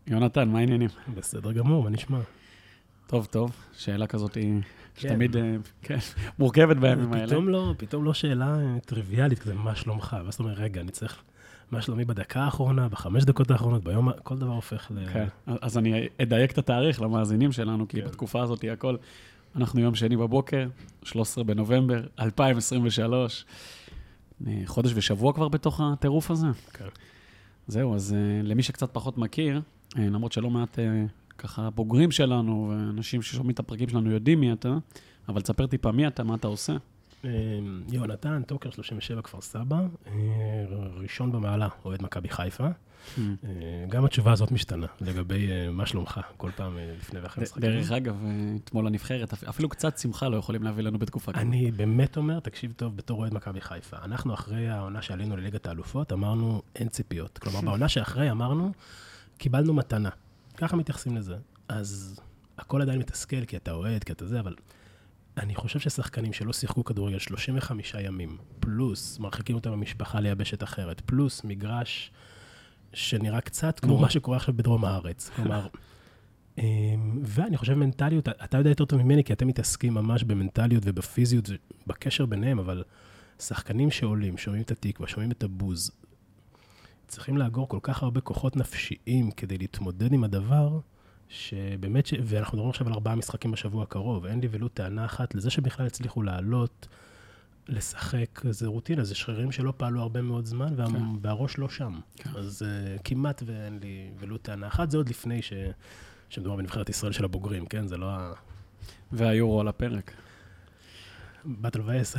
יונתן, מה העניינים? בסדר גמור, מה נשמע? טוב, טוב. שאלה כזאת היא שתמיד מורכבת בימים האלה. פתאום לא שאלה טריוויאלית כזה, מה שלומך? ואז אתה אומר, רגע, אני צריך מה שלומי בדקה האחרונה, ב5 דקות האחרונות, ביום, כל דבר הופך כן, אז אני אדייק את התאריך למאזינים שלנו, כי בתקופה הזאת היא הכל. אנחנו יום שני בבוקר, 13 בנובמבר, 2023. חודש ושבוע כבר בתוך הטירוף הזה. כן. זהו, אז למי שקצת פחות מכיר, למרות שלא מעט ככה בוגרים שלנו, ואנשים ששומעים את הפרקים שלנו יודעים מי אתה, אבל תספר טיפה מי אתה, מה אתה עושה. יונתן, טוקר 37 כפר סבא, ראשון במעלה, אוהד מכבי חיפה. גם התשובה הזאת משתנה, לגבי מה שלומך, כל פעם לפני ואחרי משחקים. דרך אגב, אתמול הנבחרת, אפילו קצת שמחה לא יכולים להביא לנו בתקופה כזאת. אני באמת אומר, תקשיב טוב, בתור אוהד מכבי חיפה. אנחנו אחרי העונה שעלינו לליגת האלופות, אמרנו, אין ציפיות. כלומר, בעונה שאחרי אמרנו, קיבלנו מתנה. ככה מתייחסים לזה. אז הכל עדיין מתסכל, כי אתה אוהד, כי אתה זה, אבל אני חושב ששחקנים שלא שיחקו כדורגל 35 ימים, פלוס מרחיקים אותם במשפחה ליבשת אחרת, פלוס מגרש שנראה קצת כמו מה שקורה עכשיו בדרום הארץ. כלומר, ואני חושב מנטליות, אתה יודע יותר טוב ממני, כי אתם מתעסקים ממש במנטליות ובפיזיות, בקשר ביניהם, אבל שחקנים שעולים, שומעים את התקווה, שומעים את הבוז, צריכים לאגור כל כך הרבה כוחות נפשיים כדי להתמודד עם הדבר, שבאמת, ואנחנו מדברים עכשיו על 4 משחקים בשבוע הקרוב, אין לי ולו טענה אחת לזה שבכלל הצליחו לעלות, לשחק, זה רוטינה, זה שרירים שלא פעלו הרבה מאוד זמן, והראש לא שם. אז כמעט ואין לי ולו טענה אחת, זה עוד לפני שמדובר בנבחרת ישראל של הבוגרים, כן? זה לא והיורו על הפרק. באטל ובאס.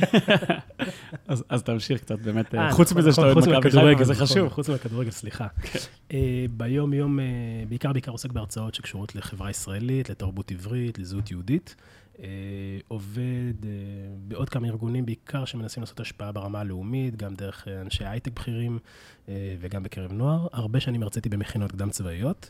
אז תמשיך קצת, באמת, חוץ מזה שאתה אוהד מכבי חיפה, זה חשוב. חוץ מהכדורגל, סליחה. ביום, בעיקר עוסק בהרצאות שקשורות לחברה ישראלית, לתרבות עברית, לזהות יהודית. עובד בעוד כמה ארגונים, בעיקר שמנסים לעשות השפעה ברמה הלאומית, גם דרך אנשי הייטק בכירים, וגם בקרב נוער. הרבה שנים הרציתי במכינות קדם צבאיות.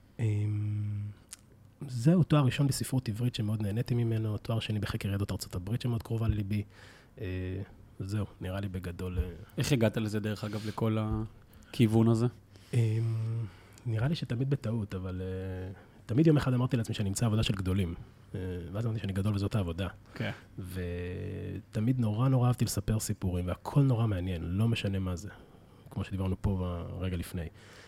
זהו, תואר ראשון בספרות עברית שמאוד נהניתי ממנו, תואר שני בחקר יהדות ארצות הברית שמאוד קרובה לליבי. זהו, נראה לי בגדול. איך הגעת לזה דרך אגב לכל הכיוון הזה? נראה לי שתמיד בטעות, אבל תמיד יום אחד אמרתי לעצמי שאני אמצא עבודה של גדולים. ואז אמרתי שאני גדול וזאת העבודה. כן. ותמיד נורא אהבתי לספר סיפורים, והכל נורא מעניין, לא משנה מה זה. כמו שדיברנו פה רגע לפני.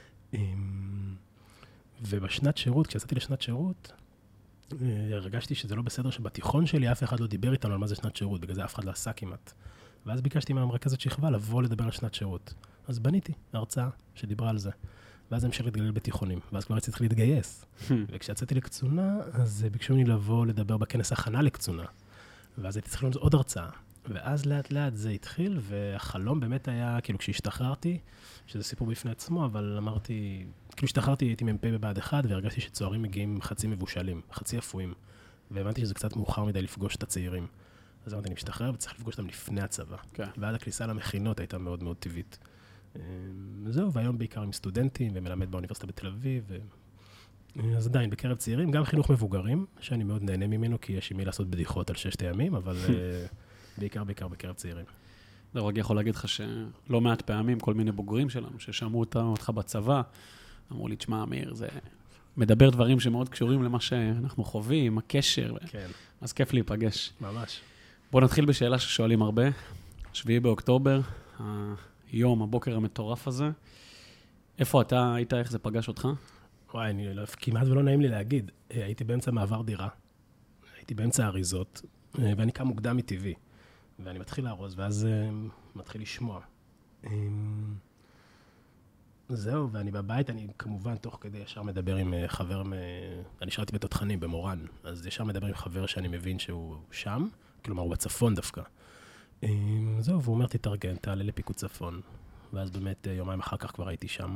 ובשנת שירות, כשיצאתי לשנת שירות, הרגשתי שזה לא בסדר שבתיכון שלי אף אחד לא דיבר איתנו על מה זה שנת שירות, בגלל זה אף אחד לא עשה כמעט. ואז ביקשתי מהמרכזת שכבה לבוא לדבר על שנת שירות. אז בניתי הרצאה שדיברה על זה. ואז המשך להתגלל בתיכונים, ואז כבר צריך להתגייס. וכשיצאתי לקצונה, אז ביקשו ממני לבוא לדבר בכנס הכנה לקצונה. ואז הייתי צריך לומר עוד הרצאה. ואז לאט לאט זה התחיל, והחלום באמת היה, כאילו כשהשתחררתי, שזה סיפור בפני עצמו, אבל אמרתי, כאילו השתחררתי, הייתי מ"פ בבה"ד 1, והרגשתי שצוערים מגיעים חצי מבושלים, חצי אפויים. והבנתי שזה קצת מאוחר מדי לפגוש את הצעירים. אז אמרתי, אני משתחרר וצריך לפגוש אותם לפני הצבא. ועד הכניסה למכינות הייתה מאוד מאוד טבעית. זהו, והיום בעיקר עם סטודנטים, ומלמד באוניברסיטה בתל אביב, אז עדיין בקרב צעירים, גם חינוך מבוגרים, שאני מאוד נהנה ממנו, כי יש עם מי לעשות בדיחות על 6 הימים, אבל בעיקר בקרב צעירים. זה רק יכול להגיד לך שלא מעט פעמים, כל מיני בוגרים שלנו, ששמעו אותך בצבא, אמרו לי, תשמע, אמיר, זה מדבר דברים שמאוד קשורים למה שאנחנו חווים, הקשר, כן. אז כיף להיפגש. ממש. בואו נתחיל בשאלה ששואלים הרבה. 7 באוקטובר, היום, הבוקר המטורף הזה. איפה אתה היית, איך זה פגש אותך? וואי, כמעט ולא נעים לי להגיד. הייתי באמצע מעבר דירה, הייתי באמצע האריזות, ואני קם מוקדם מטבעי. ואני מתחיל לארוז, ואז מתחיל לשמוע. זהו, ואני בבית, אני כמובן תוך כדי ישר מדבר עם חבר, אני שרתי בתותחנים, במורן, אז ישר מדבר עם חבר שאני מבין שהוא שם, כלומר הוא בצפון דווקא. זהו, והוא אומר, תתארגן, תעלה לפיקוד צפון, ואז באמת יומיים אחר כך כבר הייתי שם.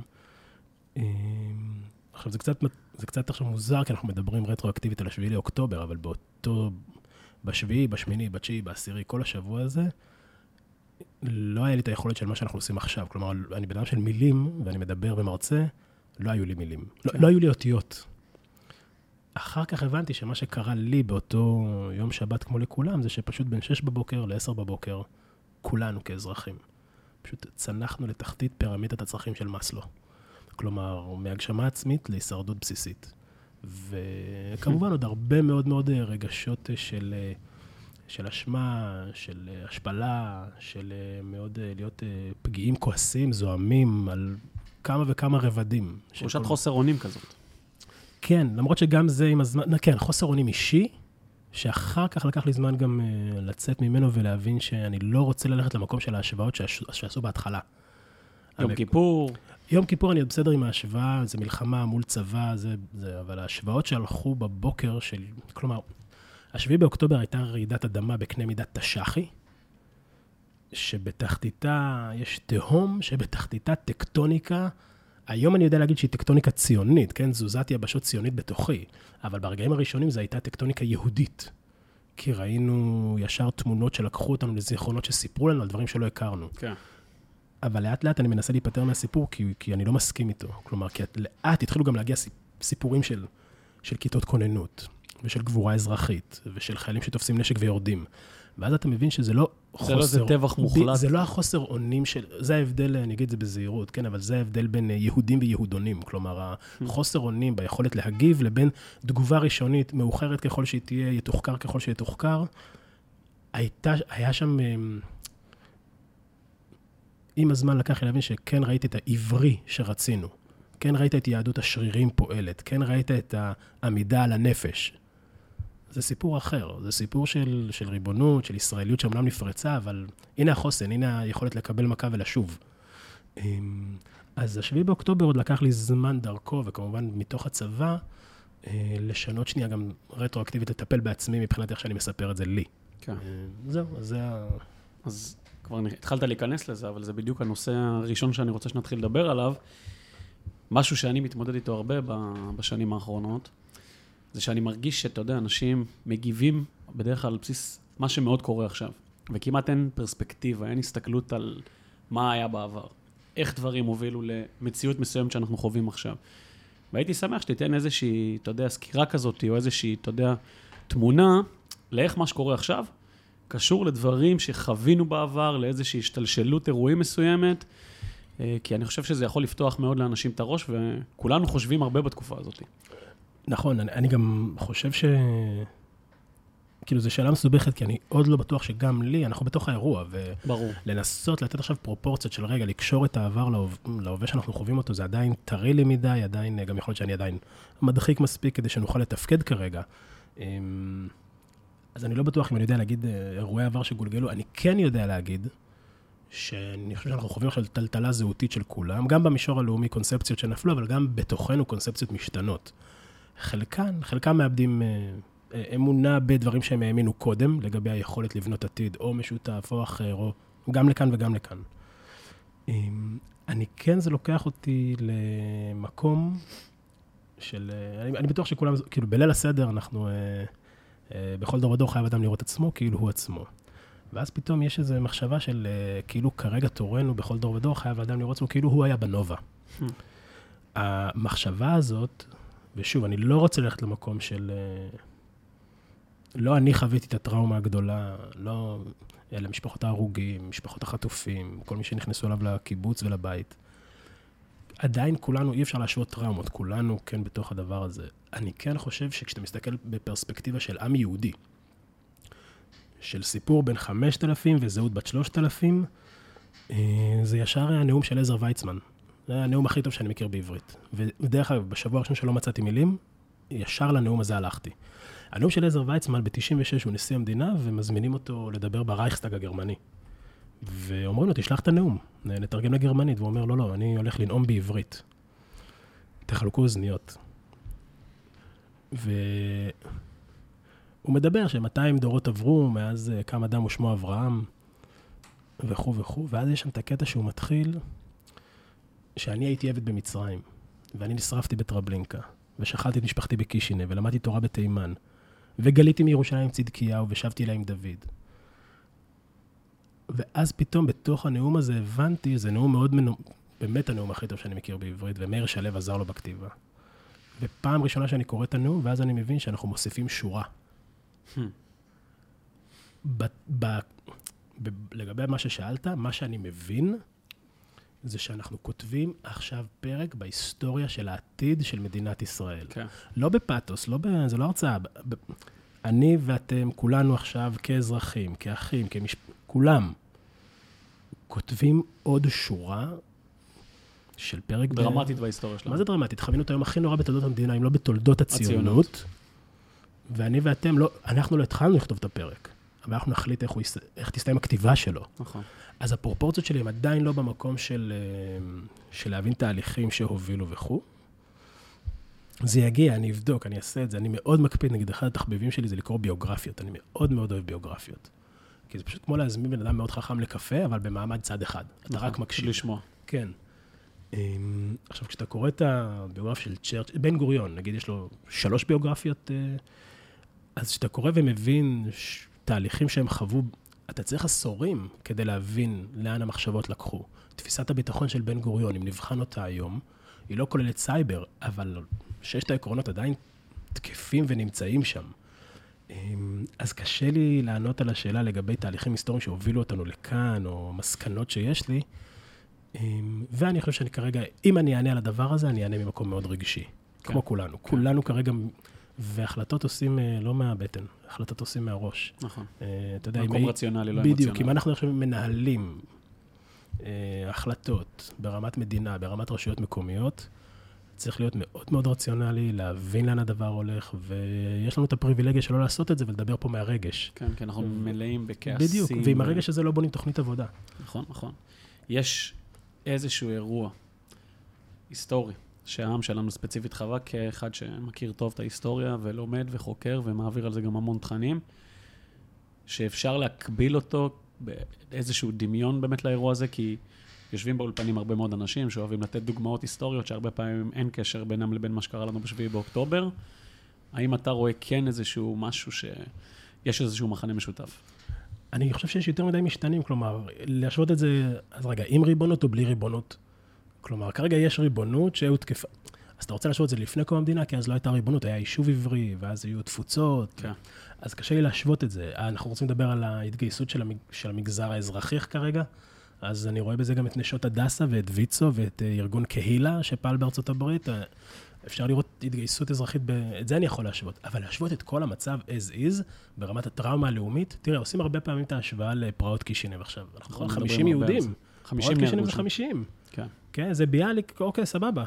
עכשיו, זה קצת עכשיו מוזר, כי אנחנו מדברים רטרואקטיבית על 7 לאוקטובר, אבל באותו, בשביעי, בשמיני, בתשיעי, בעשירי, כל השבוע הזה, לא היה לי את היכולת של מה שאנחנו עושים עכשיו. כלומר, אני בן אדם של מילים, ואני מדבר ומרצה, לא היו לי מילים. לא היו לי אותיות. אחר כך הבנתי שמה שקרה לי באותו יום שבת כמו לכולם, זה שפשוט בין 6 בבוקר ל-10 בבוקר, כולנו כאזרחים. פשוט צנחנו לתחתית פירמידת הצרכים של מאסלו. כלומר, מהגשמה עצמית להישרדות בסיסית. וכמובן עוד הרבה מאוד מאוד רגשות של אשמה, של השפלה, של מאוד להיות פגיעים, כועסים, זוהמים, על כמה וכמה רבדים. תחושת חוסר אונים כזאת. כן, למרות שגם זה עם הזמן, כן, חוסר אונים אישי, שאחר כך לקח לי זמן גם לצאת ממנו ולהבין שאני לא רוצה ללכת למקום של ההשוואות שעשו בהתחלה. יום כיפור. יום כיפור אני עוד בסדר עם ההשוואה, זה מלחמה מול צבא, אבל ההשוואות שהלכו בבוקר של, כלומר, 7 באוקטובר הייתה רעידת אדמה בקנה מידת תש"חי, שבתחתיתה יש תהום, שבתחתיתה טקטוניקה, היום אני יודע להגיד שהיא טקטוניקה ציונית, כן? תזוזת יבשות ציונית בתוכי, אבל ברגעים הראשונים זו הייתה טקטוניקה יהודית, כי ראינו ישר תמונות שלקחו אותנו לזיכרונות שסיפרו לנו על דברים שלא הכרנו. כן. אבל לאט לאט אני מנסה להיפטר מהסיפור, כי אני לא מסכים איתו. כלומר, כי לאט התחילו גם להגיע סיפורים של כיתות כוננות, ושל גבורה אזרחית, ושל חיילים שתופסים נשק ויורדים. ואז אתה מבין שזה לא חוסר... זה לא טבח מוחלט. זה לא החוסר אונים של... זה ההבדל, אני אגיד את זה בזהירות, כן? אבל זה ההבדל בין יהודים ויהודונים. כלומר, החוסר אונים ביכולת להגיב לבין תגובה ראשונית, מאוחרת ככל שהיא תהיה, יתוחקר ככל שיתוחקר. היה שם... עם הזמן לקח לי להבין שכן ראיתי את העברי שרצינו. כן ראית את יהדות השרירים פועלת. כן ראית את העמידה על הנפש. זה סיפור אחר, זה סיפור של ריבונות, של ישראליות שאומנם נפרצה, אבל הנה החוסן, הנה היכולת לקבל מכה ולשוב. אז 7 באוקטובר עוד לקח לי זמן דרכו, וכמובן מתוך הצבא, לשנות שנייה גם רטרואקטיבית, לטפל בעצמי מבחינת איך שאני מספר את זה לי. כן. זהו, אז זה ה... אז כבר התחלת להיכנס לזה, אבל זה בדיוק הנושא הראשון שאני רוצה שנתחיל לדבר עליו. משהו שאני מתמודד איתו הרבה בשנים האחרונות, זה שאני מרגיש שאתה יודע, אנשים מגיבים בדרך כלל על בסיס מה שמאוד קורה עכשיו. וכמעט אין פרספקטיבה, אין הסתכלות על מה היה בעבר. איך דברים הובילו למציאות מסוימת שאנחנו חווים עכשיו. והייתי שמח שתיתן איזושהי, אתה יודע, סקירה כזאת, או איזושהי, אתה יודע, תמונה לאיך מה שקורה עכשיו, קשור לדברים שחווינו בעבר, לאיזושהי השתלשלות אירועים מסוימת, כי אני חושב שזה יכול לפתוח מאוד לאנשים את הראש, וכולנו חושבים הרבה בתקופה הזאת. נכון, אני גם חושב כאילו, זו שאלה מסובכת, כי אני עוד לא בטוח שגם לי, אנחנו בתוך האירוע, ברור. ולנסות לתת עכשיו פרופורציות של רגע, לקשור את העבר להווה שאנחנו חווים אותו, זה עדיין טרי לי מדי, עדיין, גם יכול להיות שאני עדיין מדחיק מספיק כדי שנוכל לתפקד כרגע. אז אני לא בטוח אם אני יודע להגיד אירועי עבר שגולגלו, אני כן יודע להגיד שאני חושב שאנחנו חווים עכשיו טלטלה זהותית של כולם, גם במישור הלאומי קונספציות שנפלו, אבל גם בתוכנו קונספציות משתנות. חלקם מאבדים אמונה בדברים שהם האמינו קודם, לגבי היכולת לבנות עתיד, או משותף, או אחר, או גם לכאן וגם לכאן. אני כן, זה לוקח אותי למקום של... אני בטוח שכולם, כאילו בליל הסדר אנחנו, בכל דור ודור חייב אדם לראות עצמו, כאילו הוא עצמו. ואז פתאום יש איזו מחשבה של, כאילו כרגע תורנו בכל דור ודור חייב אדם לראות עצמו, כאילו הוא היה בנובה. המחשבה הזאת, ושוב, אני לא רוצה ללכת למקום של... לא אני חוויתי את הטראומה הגדולה, לא אלה משפחות ההרוגים, משפחות החטופים, כל מי שנכנסו אליו לקיבוץ ולבית. עדיין כולנו, אי אפשר להשוות טראומות, כולנו כן בתוך הדבר הזה. אני כן חושב שכשאתה מסתכל בפרספקטיבה של עם יהודי, של סיפור בין 5,000 וזהות בת 3,000, זה ישר הנאום של עזר ויצמן. זה הנאום הכי טוב שאני מכיר בעברית. ודרך אגב, בשבוע הראשון שלא מצאתי מילים, ישר לנאום הזה הלכתי. הנאום של עזר ויצמן ב-96 הוא נשיא המדינה, ומזמינים אותו לדבר ברייכסטאג הגרמני. ואומרים לו, תשלח את הנאום, נתרגם לגרמנית. והוא אומר, לא, אני הולך לנאום בעברית. תחלקו אוזניות. והוא מדבר ש200 דורות עברו, מאז קם אדם ושמו אברהם, וכו'. ואז יש שם את הקטע שהוא מתחיל, שאני הייתי עבד במצרים, ואני נשרפתי בטרבלינקה, ושחלתי את משפחתי בקישינה, ולמדתי תורה בתימן, וגליתי מירושלים צדקיהו, ושבתי אליה עם דוד. ואז פתאום בתוך הנאום הזה הבנתי, זה נאום מאוד באמת הנאום הכי טוב שאני מכיר בעברית, ומאיר שלו עזר לו בכתיבה. ופעם ראשונה שאני קורא את הנאום, ואז אני מבין שאנחנו מוסיפים שורה. לגבי מה ששאלת, מה שאני מבין, זה שאנחנו כותבים עכשיו פרק בהיסטוריה של העתיד של מדינת ישראל. כן. לא בפאטוס, זה לא הרצאה. אני ואתם, כולנו עכשיו כאזרחים, כאחים, כולם, כותבים עוד שורה של פרק... דרמטית בהיסטוריה שלנו. מה זה דרמטית? חווינו את היום הכי נורא בתולדות המדינה, אם לא בתולדות הציונות. ואני ואתם, אנחנו לא התחלנו לכתוב את הפרק, אבל אנחנו נחליט איך תסתיים הכתיבה שלו. נכון. אז הפרופורציות שלי הם עדיין לא במקום של להבין תהליכים שהובילו וכו'. זה יגיע, אני אבדוק, אני אעשה את זה. אני מאוד מקפיד, נגיד, אחד התחביבים שלי זה לקרוא ביוגרפיות. אני מאוד מאוד אוהב ביוגרפיות. כי זה פשוט כמו להזמין בן אדם מאוד חכם לקפה, אבל במעמד צד אחד. אתה רק מקשיב. לשמוע. כן. עכשיו, כשאתה קורא את הביוגרפיה של צ'רצ'יל, בן גוריון, נגיד, יש לו 3 ביוגרפיות, אז כשאתה קורא ומבין תהליכים שהם חוו, אתה צריך עשורים כדי להבין לאן המחשבות לקחו. תפיסת הביטחון של בן גוריון, אם נבחן אותה היום, היא לא כוללת סייבר, אבל 6 העקרונות עדיין תקפים ונמצאים שם. אז קשה לי לענות על השאלה לגבי תהליכים היסטוריים שהובילו אותנו לכאן, או מסקנות שיש לי, ואני חושב שאני כרגע, אם אני אענה על הדבר הזה, אני אענה ממקום מאוד רגשי, כמו כולנו. כולנו כרגע, והחלטות עושים לא מהבטן, החלטות עושים מהראש. נכון. אתה יודע, מקום רציונלי, לא אמוציונלי. בדיוק, אם אנחנו עכשיו מנהלים החלטות ברמת מדינה, ברמת רשויות מקומיות, צריך להיות מאוד מאוד רציונלי, להבין לאן הדבר הולך, ויש לנו את הפריבילגיה שלא לעשות את זה ולדבר פה מהרגש. כן, כי אנחנו מלאים בכעסים. בדיוק, ועם הרגש הזה לא בונים תוכנית עבודה. נכון, נכון. יש איזשהו אירוע היסטורי, שהעם שלנו ספציפית חווה כאחד שמכיר טוב את ההיסטוריה ולומד וחוקר ומעביר על זה גם המון תכנים, שאפשר להקביל אותו באיזשהו דמיון באמת לאירוע הזה, כי יושבים באולפנים הרבה מאוד אנשים שאוהבים לתת דוגמאות היסטוריות, שהרבה פעמים אין קשר בינם לבין מה שקרה לנו ב7 באוקטובר. האם אתה רואה כן איזשהו משהו שיש איזשהו מחנה משותף? אני חושב שיש יותר מדי משתנים, כלומר, להשוות את זה, אז רגע, עם ריבונות או בלי ריבונות? כלומר, כרגע יש ריבונות שהיו תקפה. אז אתה רוצה להשוות את זה לפני קום המדינה, כי אז לא הייתה ריבונות, היה יישוב עברי, ואז היו תפוצות. כן. אז קשה לי להשוות את זה. אנחנו רוצים לדבר על ההתגייסות של המגזר האזרחי כרגע, אז אני רואה בזה גם את נשות הדסה ואת ויצו ואת ארגון קהילה שפעל בארצות הברית. אפשר לראות התגייסות אזרחית, את זה אני יכול להשוות. אבל להשוות את כל המצב as is, ברמת הטראומה הלאומית, תראה, עושים הרבה פעמים את ההשוואה לפרעות קישינב עכשיו. אנחנו 50 יהודים. 50 פרעות קישינב זה 50. כן. כן, זה ביאליק, אוקיי, סבבה.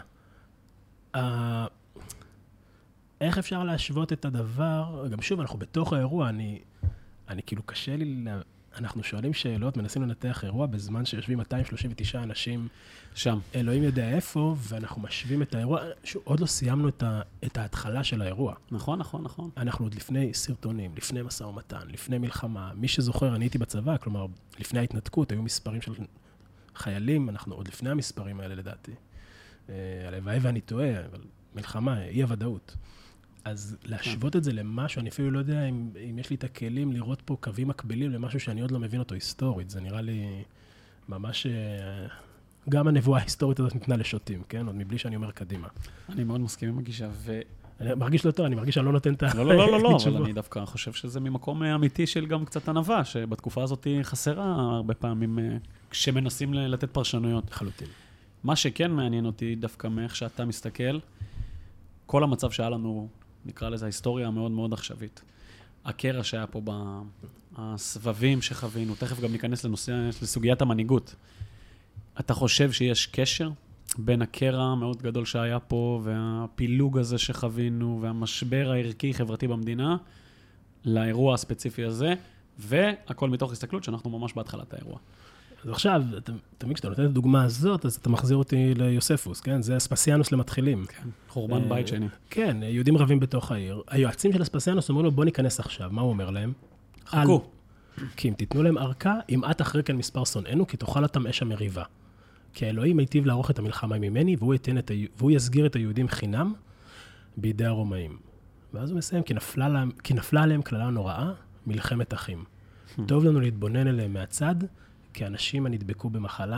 איך אפשר להשוות את הדבר? גם שוב, אנחנו בתוך האירוע, אני כאילו קשה לי, אנחנו שואלים שאלות, מנסים לנתח אירוע בזמן שיושבים 239 אנשים שם. אלוהים יודע איפה, ואנחנו משווים את האירוע, עוד לא סיימנו את ההתחלה של האירוע. נכון, נכון, נכון. אנחנו עוד לפני סרטונים, לפני משא ומתן, לפני מלחמה. מי שזוכר, אני הייתי בצבא, כלומר, לפני ההתנתקות, היו מספרים של חיילים, אנחנו עוד לפני המספרים האלה לדעתי. הלוואי ואני טועה, אבל מלחמה, אי הוודאות. אז להשוות את זה למשהו, אני אפילו לא יודע אם יש לי את הכלים לראות פה קווים מקבילים למשהו שאני עוד לא מבין אותו היסטורית. זה נראה לי ממש, גם הנבואה ההיסטורית הזאת ניתנה לשוטים, כן? עוד מבלי שאני אומר קדימה. אני מאוד מסכים עם הגישה, אני מרגיש לא טוב, אני מרגיש שאני לא נותן את ה... לא, אבל אני דווקא חושב שזה ממקום אמיתי של גם קצת ענווה, שבתקופה הזאת חסרה הרבה פעמים כשמנסים לתת פרשנויות. חלוטין. מה שכן מעניין אותי דווקא מאיך שאתה מסתכל, כל המצב שהיה לנו, נקרא לזה ההיסטוריה המאוד מאוד עכשווית. הקרע שהיה פה בסבבים שחווינו, תכף גם ניכנס לסוגיית המנהיגות. אתה חושב שיש קשר בין הקרע המאוד גדול שהיה פה, והפילוג הזה שחווינו, והמשבר הערכי-חברתי במדינה, לאירוע הספציפי הזה, והכל מתוך הסתכלות שאנחנו ממש בהתחלת האירוע. אז עכשיו, תמיד כשאתה נותן את הדוגמה הזאת, אז אתה מחזיר אותי ליוספוס, כן? זה אספסיאנוס למתחילים. כן, חורבן בית שני. כן, יהודים רבים בתוך העיר. היועצים של אספסיאנוס אומרים לו, בוא ניכנס עכשיו. מה הוא אומר להם? חכו. כי אם תיתנו להם ארכה, ימעט אחרי כן מספר שונאינו, כי תאכל אותם אש המריבה. כי האלוהים היטיב לערוך את המלחמה ממני, והוא יסגיר את היהודים חינם בידי הרומאים. ואז הוא מסיים, כי נפלה עליהם כללה נוראה, מלחמת אחים. טוב לנו להתבונן אליהם מהצד, כי אנשים הנדבקו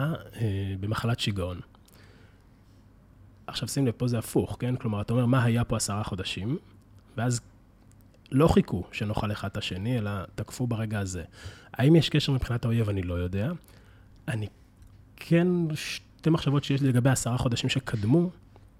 במחלת שיגעון. עכשיו שים לב, פה זה הפוך, כן? כלומר, אתה אומר, מה היה פה 10 חודשים? ואז לא חיכו שנאכל אחד את השני, אלא תקפו ברגע הזה. האם יש קשר מבחינת האויב? אני לא יודע. אני כן שתי מחשבות שיש לי לגבי 10 חודשים שקדמו,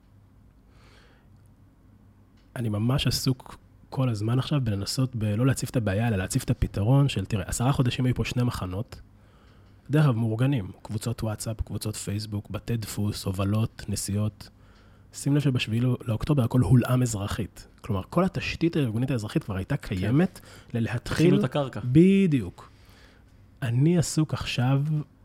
אני ממש עסוק כל הזמן עכשיו בלנסות, לא להציף את הבעיה, אלא להציף את הפתרון של, תראה, 10 חודשים היו פה 2 מחנות, דרך אגב, מאורגנים, קבוצות וואטסאפ, קבוצות פייסבוק, בתי דפוס, הובלות, נסיעות. שים לב שבשביל לאוקטובר הכל הולאם אזרחית. כלומר, כל התשתית הארגונית האזרחית כבר הייתה קיימת ללהתחיל... הכינו את הקרקע. בדיוק. אני עסוק עכשיו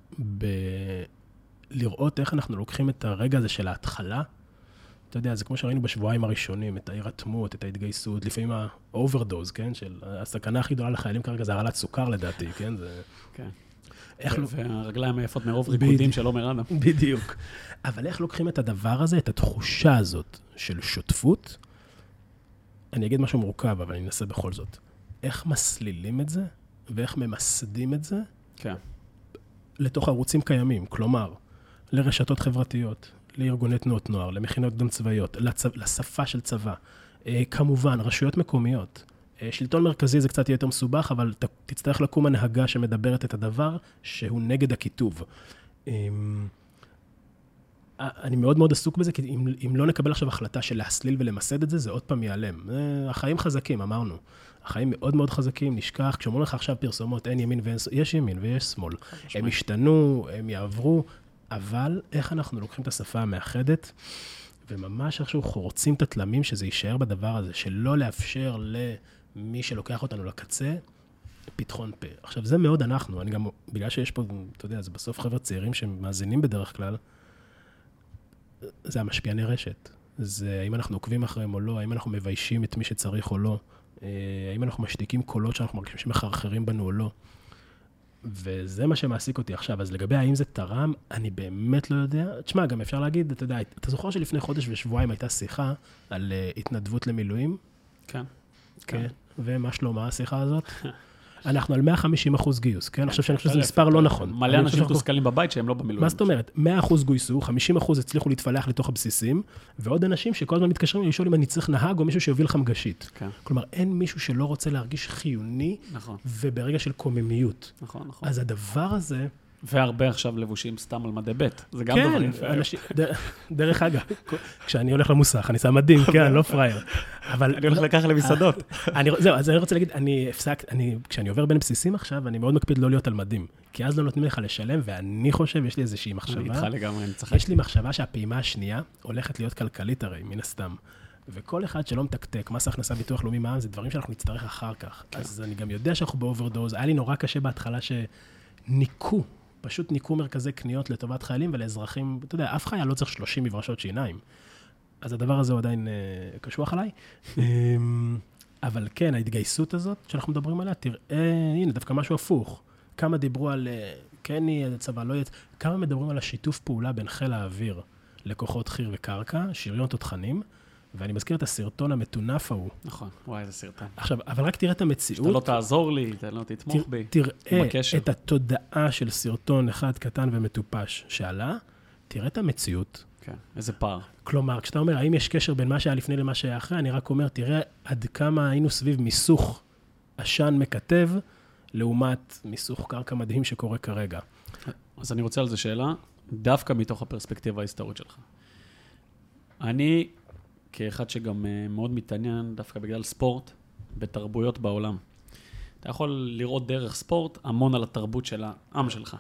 לראות איך אנחנו לוקחים את הרגע הזה של ההתחלה. אתה יודע, זה כמו שראינו בשבועיים הראשונים, את ההירתמות, את ההתגייסות, לפעמים האוברדוז, כן? של הסכנה הכי גדולה לחיילים כרגע זה הרעלת סוכר לדעתי, כן? זה... כן. והרגליים היפות מרוב ריקודים של עומר אדם. בדיוק. אבל איך לוקחים את הדבר הזה, את התחושה הזאת של שותפות? אני אגיד משהו מורכב, אבל אני אנסה בכל זאת. איך מסלילים את זה, ואיך ממסדים את זה? כן. לתוך ערוצים קיימים, כלומר, לרשתות חברתיות, לארגוני תנועות נוער, למכינות דם צבאיות, לשפה של צבא, כמובן, רשויות מקומיות. שלטון מרכזי זה קצת יהיה יותר מסובך, אבל תצטרך לקום הנהגה שמדברת את הדבר שהוא נגד הכיתוב. אני מאוד מאוד עסוק בזה, כי אם לא נקבל עכשיו החלטה של להסליל ולמסד את זה, זה עוד פעם ייעלם. החיים חזקים, אמרנו. החיים מאוד מאוד חזקים, נשכח. כשאומרים לך עכשיו פרסומות, אין ימין ואין... יש ימין ויש שמאל. הם ישתנו, הם יעברו, אבל איך אנחנו לוקחים את השפה המאחדת, וממש איכשהו חורצים את התלמים שזה יישאר בדבר הזה, שלא לאפשר למי שלוקח אותנו לקצה, פתחון פה. עכשיו, זה מאוד אנחנו. אני גם, בגלל שיש פה, אתה יודע, זה בסוף חבר'ה צעירים שמאזינים בדרך כלל, זה המשפיעני רשת. זה האם אנחנו עוקבים אחריהם או לא, האם אנחנו מביישים את מי שצריך או לא, האם אנחנו משתיקים קולות שאנחנו מרגישים שמחרחרים בנו או לא. וזה מה שמעסיק אותי עכשיו. אז לגבי האם זה תרם, אני באמת לא יודע. תשמע, גם אפשר להגיד, אתה יודע, אתה זוכר שלפני חודש ושבועיים הייתה שיחה על התנדבות למילואים? כן. כן. ומה שלמה השיחה הזאת? אנחנו על 150% גיוס, כן? אני חושב שזה מספר לא נכון. מלא אנשים מתוסכלים בבית שהם לא במילואים. מה זאת אומרת? 100% גויסו, 50% הצליחו להתפלח לתוך הבסיסים, ועוד אנשים שכל הזמן מתקשרים לשאול אם אני צריך נהג או מישהו שיוביל לך מגשית. כלומר, אין מישהו שלא רוצה להרגיש חיוני, וברגע של קוממיות. נכון, נכון. אז הדבר הזה... והרבה עכשיו לבושים סתם על מדי בית. זה גם דבר יפה. דרך אגב, כשאני הולך למוסך, אני שם מדים, כן, לא פרייר. אני הולך לקחת למסעדות. זהו, אז אני רוצה להגיד, כשאני עובר בין בסיסים עכשיו, אני מאוד מקפיד לא להיות על מדים, כי אז לא נותנים לך לשלם, ואני חושב, יש לי איזושהי מחשבה. אני איתך לגמרי, אני צחק. יש לי מחשבה שהפעימה השנייה הולכת להיות כלכלית הרי, מן הסתם. וכל אחד שלא מתקתק, מס הכנסה, ביטוח לאומי, מע"מ, זה דברים שאנחנו נצטרך אחר כך. אז אני גם יודע שאנחנו באוברדוז. היה לי נורא קשה בהתחלה שניקו, פשוט ניקו מרכזי קניות לטובת חיילים ולאזרחים. אתה יודע, אף חייל לא צריך 30 מברשות שיניים. אז הדבר הזה הוא עדיין קשוח עליי. אבל כן, ההתגייסות הזאת שאנחנו מדברים עליה, תראה, הנה, דווקא משהו הפוך. כמה דיברו על, כן יהיה צבא, לא יהיה, כמה מדברים על השיתוף פעולה בין חיל האוויר לכוחות חי"ר וקרקע, שריון תותחנים, ואני מזכיר את הסרטון המטונף ההוא. נכון, וואי, איזה סרטון. עכשיו, אבל רק תראה את המציאות. שאתה לא תעזור לי, אתה לא תתמוך בי. תראה את התודעה של סרטון אחד קטן ומטופש שעלה, תראה את המציאות. כן, איזה פער. כלומר, כשאתה אומר, האם יש קשר בין מה שהיה לפני למה שהיה אחרי, אני רק אומר, תראה עד כמה היינו סביב מיסוך עשן מקטב, לעומת מיסוך קרקע מדהים שקורה כרגע. אז אני רוצה על זה שאלה, דווקא מתוך הפרספקטיבה ההיסטורית שלך. אני, כאחד שגם מאוד מתעניין, דווקא בגלל ספורט, בתרבויות בעולם. אתה יכול לראות דרך ספורט המון על התרבות של העם שלך.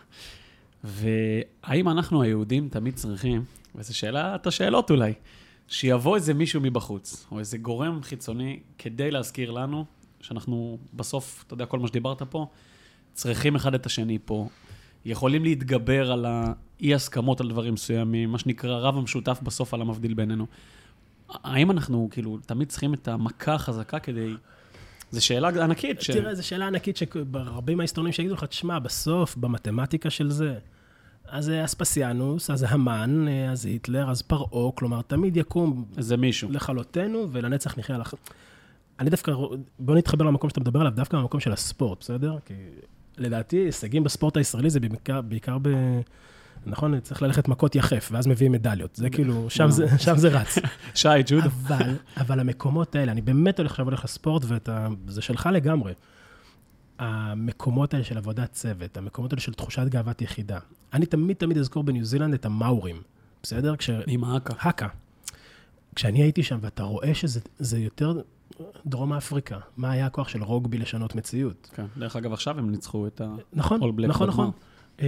והאם אנחנו היהודים תמיד צריכים, וזו שאלת השאלות אולי, שיבוא איזה מישהו מבחוץ, או איזה גורם חיצוני, כדי להזכיר לנו, שאנחנו בסוף, אתה יודע, כל מה שדיברת פה, צריכים אחד את השני פה, יכולים להתגבר על האי-הסכמות על דברים מסוימים, מה שנקרא רב המשותף בסוף על המבדיל בינינו. האם אנחנו כאילו תמיד צריכים את המכה החזקה כדי... זו שאלה ענקית. תראה, זו שאלה ענקית שרבים מההיסטורונים שיגידו לך, תשמע, בסוף, במתמטיקה של זה, אז אספסיאנוס, אז המן, אז היטלר, אז פרעה, כלומר, תמיד יקום... זה מישהו. לכלותנו, ולנצח נחיה לך. אני דווקא, בוא נתחבר למקום שאתה מדבר עליו, דווקא למקום של הספורט, בסדר? כי לדעתי, הישגים בספורט הישראלי זה בעיקר נכון, צריך ללכת מכות יחף, ואז מביאים מדליות. זה כאילו, שם זה רץ. שי, ג'ודו. אבל המקומות האלה, אני באמת הולך לספורט, וזה שלך לגמרי. המקומות האלה של עבודת צוות, המקומות האלה של תחושת גאוות יחידה. אני תמיד אזכור בניו זילנד את המאורים, בסדר? עם האקה. האקה. כשאני הייתי שם, ואתה רואה שזה יותר דרום אפריקה, מה היה הכוח של רוגבי לשנות מציאות? כן, דרך אגב, עכשיו הם ניצחו את נכון, All Black נכון. בגמר.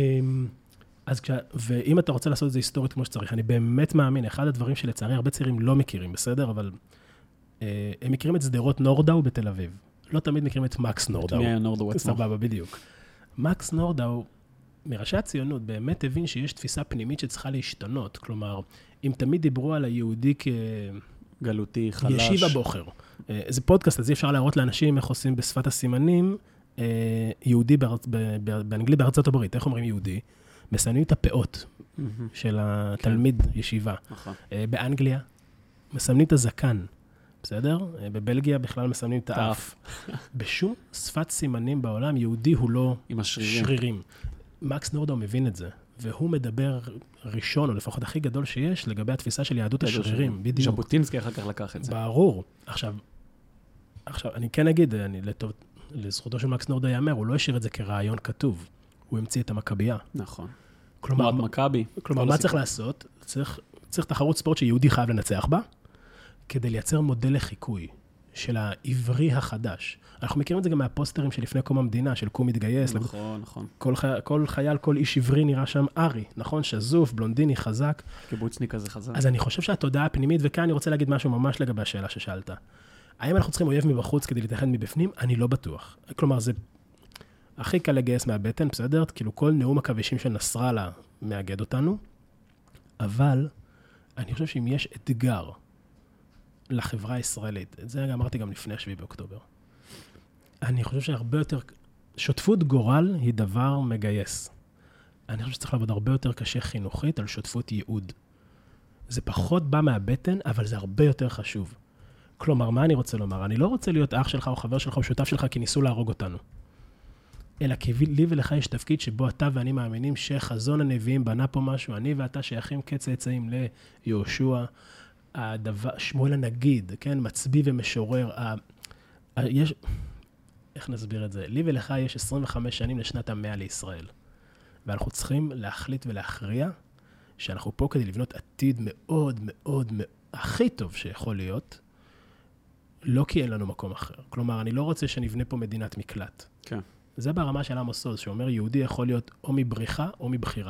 ואם אתה רוצה לעשות את זה היסטורית כמו שצריך, אני באמת מאמין, אחד הדברים שלצערי הרבה צעירים לא מכירים, בסדר? אבל הם מכירים את שדרות נורדאו בתל אביב. לא תמיד מכירים את מקס נורדאו. מי היה נורדאו עצמו? סבבה, בדיוק. מקס נורדאו, מראשי הציונות, באמת הבין שיש תפיסה פנימית שצריכה להשתנות. כלומר, אם תמיד דיברו על היהודי גלותי, חלש. ישיב הבוחר. זה פודקאסט, אז אי אפשר להראות לאנשים איך עושים בשפת הסימנים, יהודי באנגלית בארצות הברית. איך אומרים יהודי? מסמנים את הפאות של התלמיד ישיבה. באנגליה, מסמנים את הזקן. בסדר? בבלגיה בכלל מסמנים את האף. בשום שפת סימנים בעולם, יהודי הוא לא שרירים. מקס נורדאו מבין את זה, והוא מדבר ראשון, או לפחות הכי גדול שיש, לגבי התפיסה של יהדות השרירים. בדיוק. ז'בוטינסקי אחר כך לקח את זה. ברור. עכשיו, אני כן אגיד, לזכותו של מקס נורדאו יאמר, הוא לא השאיר את זה כרעיון כתוב. הוא המציא את המכבייה. נכון. כלומר, מכבי. כלומר, מה צריך לעשות? צריך תחרות ספורט שיהודי חייב לנצח בה, כדי לייצר מודל לחיקוי של העברי החדש. אנחנו מכירים את זה גם מהפוסטרים שלפני קום המדינה, של קום מתגייס. נכון, נכון. כל חייל, כל איש עברי נראה שם ארי, נכון? שזוף, בלונדיני, חזק. קיבוצניק כזה חזק. אז אני חושב שהתודעה הפנימית, וכאן אני רוצה להגיד משהו ממש לגבי השאלה ששאלת. האם אנחנו צריכים אויב מבחוץ כדי להתאחד מבפנים? אני לא בטוח. כלומר, זה הכי קל לגייס מהבטן, בסדר? כאילו כל נאום הכבישים של נסראללה מאגד אותנו, אבל אני חושב שאם יש אתגר לחברה הישראלית, את זה אמרתי גם לפני 7 באוקטובר, אני חושב שהרבה יותר, שותפות גורל היא דבר מגייס. אני חושב שצריך לעבוד הרבה יותר קשה חינוכית על שותפות ייעוד. זה פחות בא מהבטן, אבל זה הרבה יותר חשוב. כלומר, מה אני רוצה לומר? אני לא רוצה להיות אח שלך או חבר שלך או שותף שלך כי ניסו להרוג אותנו. אלא כי לי ולך יש תפקיד שבו אתה ואני מאמינים שחזון הנביאים בנה פה משהו, אני ואתה שייכים כצאצאים ליהושע, שמואל הנגיד, כן? מצביא ומשורר. איך נסביר את זה? לי ולך יש 25 שנים לשנת 100 לישראל. ואנחנו צריכים להחליט ולהכריע שאנחנו פה כדי לבנות עתיד מאוד מאוד הכי טוב שיכול להיות, לא כי אין לנו מקום אחר. כלומר, אני לא רוצה שנבנה פה מדינת מקלט. כן. זה ברמה של עמוס עוז, שאומר יהודי יכול להיות או מבריחה או מבחירה.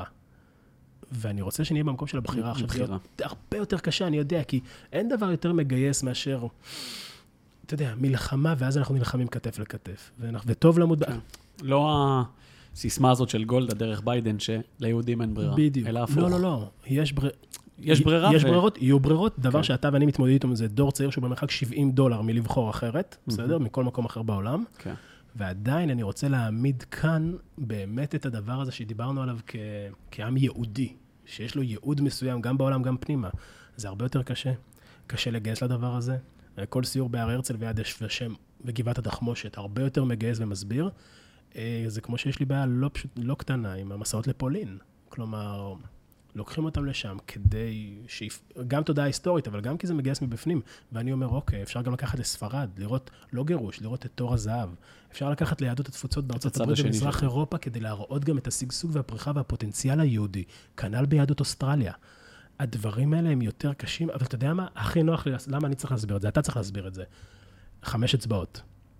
ואני רוצה שנהיה במקום של הבחירה. עכשיו, זה הרבה יותר קשה, אני יודע, כי אין דבר יותר מגייס מאשר, אתה יודע, מלחמה, ואז אנחנו נלחמים כתף לכתף. וטוב למוד... לא הסיסמה הזאת של גולדה דרך ביידן, שליהודים אין ברירה. בדיוק. אלא הפוך. לא. יש ברירה. יש ברירות, יהיו ברירות. דבר שאתה ואני מתמודד איתו, זה דור צעיר שהוא במרחק $70 מלבחור אחרת, בסדר? מכל מקום אחר בעולם. כן. ועדיין אני רוצה להעמיד כאן באמת את הדבר הזה שדיברנו עליו כעם יהודי, שיש לו ייעוד מסוים גם בעולם, גם פנימה. זה הרבה יותר קשה. קשה לגייס לדבר הזה. כל סיור בהר הרצל ויד ושם וגבעת התחמושת, הרבה יותר מגייס ומסביר. זה כמו שיש לי בעיה לא קטנה עם המסעות לפולין. כלומר, לוקחים אותם לשם כדי, גם תודעה היסטורית, אבל גם כי זה מגייס מבפנים. ואני אומר, אוקיי, אפשר גם לקחת לספרד, לראות, לא גירוש, לראות את תור הזהב. אפשר לקחת ליהדות התפוצות בארצות הברית במזרח אירופה, כדי להראות גם את השגשוג והפריחה והפוטנציאל היהודי. כנ"ל ביהדות אוסטרליה. הדברים האלה הם יותר קשים, אבל אתה יודע מה? הכי נוח לי, למה אני צריך להסביר את זה? אתה צריך להסביר את זה. 5 אצבעות.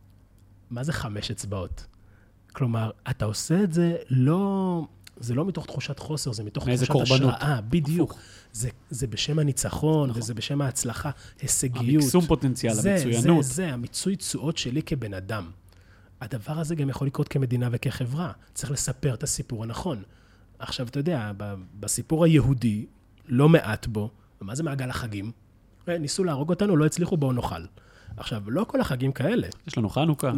מה זה 5 אצבעות? כלומר, אתה עושה את זה זה לא מתוך תחושת חוסר, זה מתוך תחושת השראה, בדיוק. זה בשם הניצחון, וזה בשם ההצלחה, הישגיות. המקסום פוטנציאל, המצוינות. זה המיצוי תשואות שלי כבן אדם. הדבר הזה גם יכול לקרות כמדינה וכחברה. צריך לספר את הסיפור הנכון. עכשיו, אתה יודע, בסיפור היהודי, לא מעט בו, ומה זה מעגל החגים? ניסו להרוג אותנו, לא הצליחו, בואו נאכל. עכשיו, לא כל החגים כאלה. יש לנו חנוכה.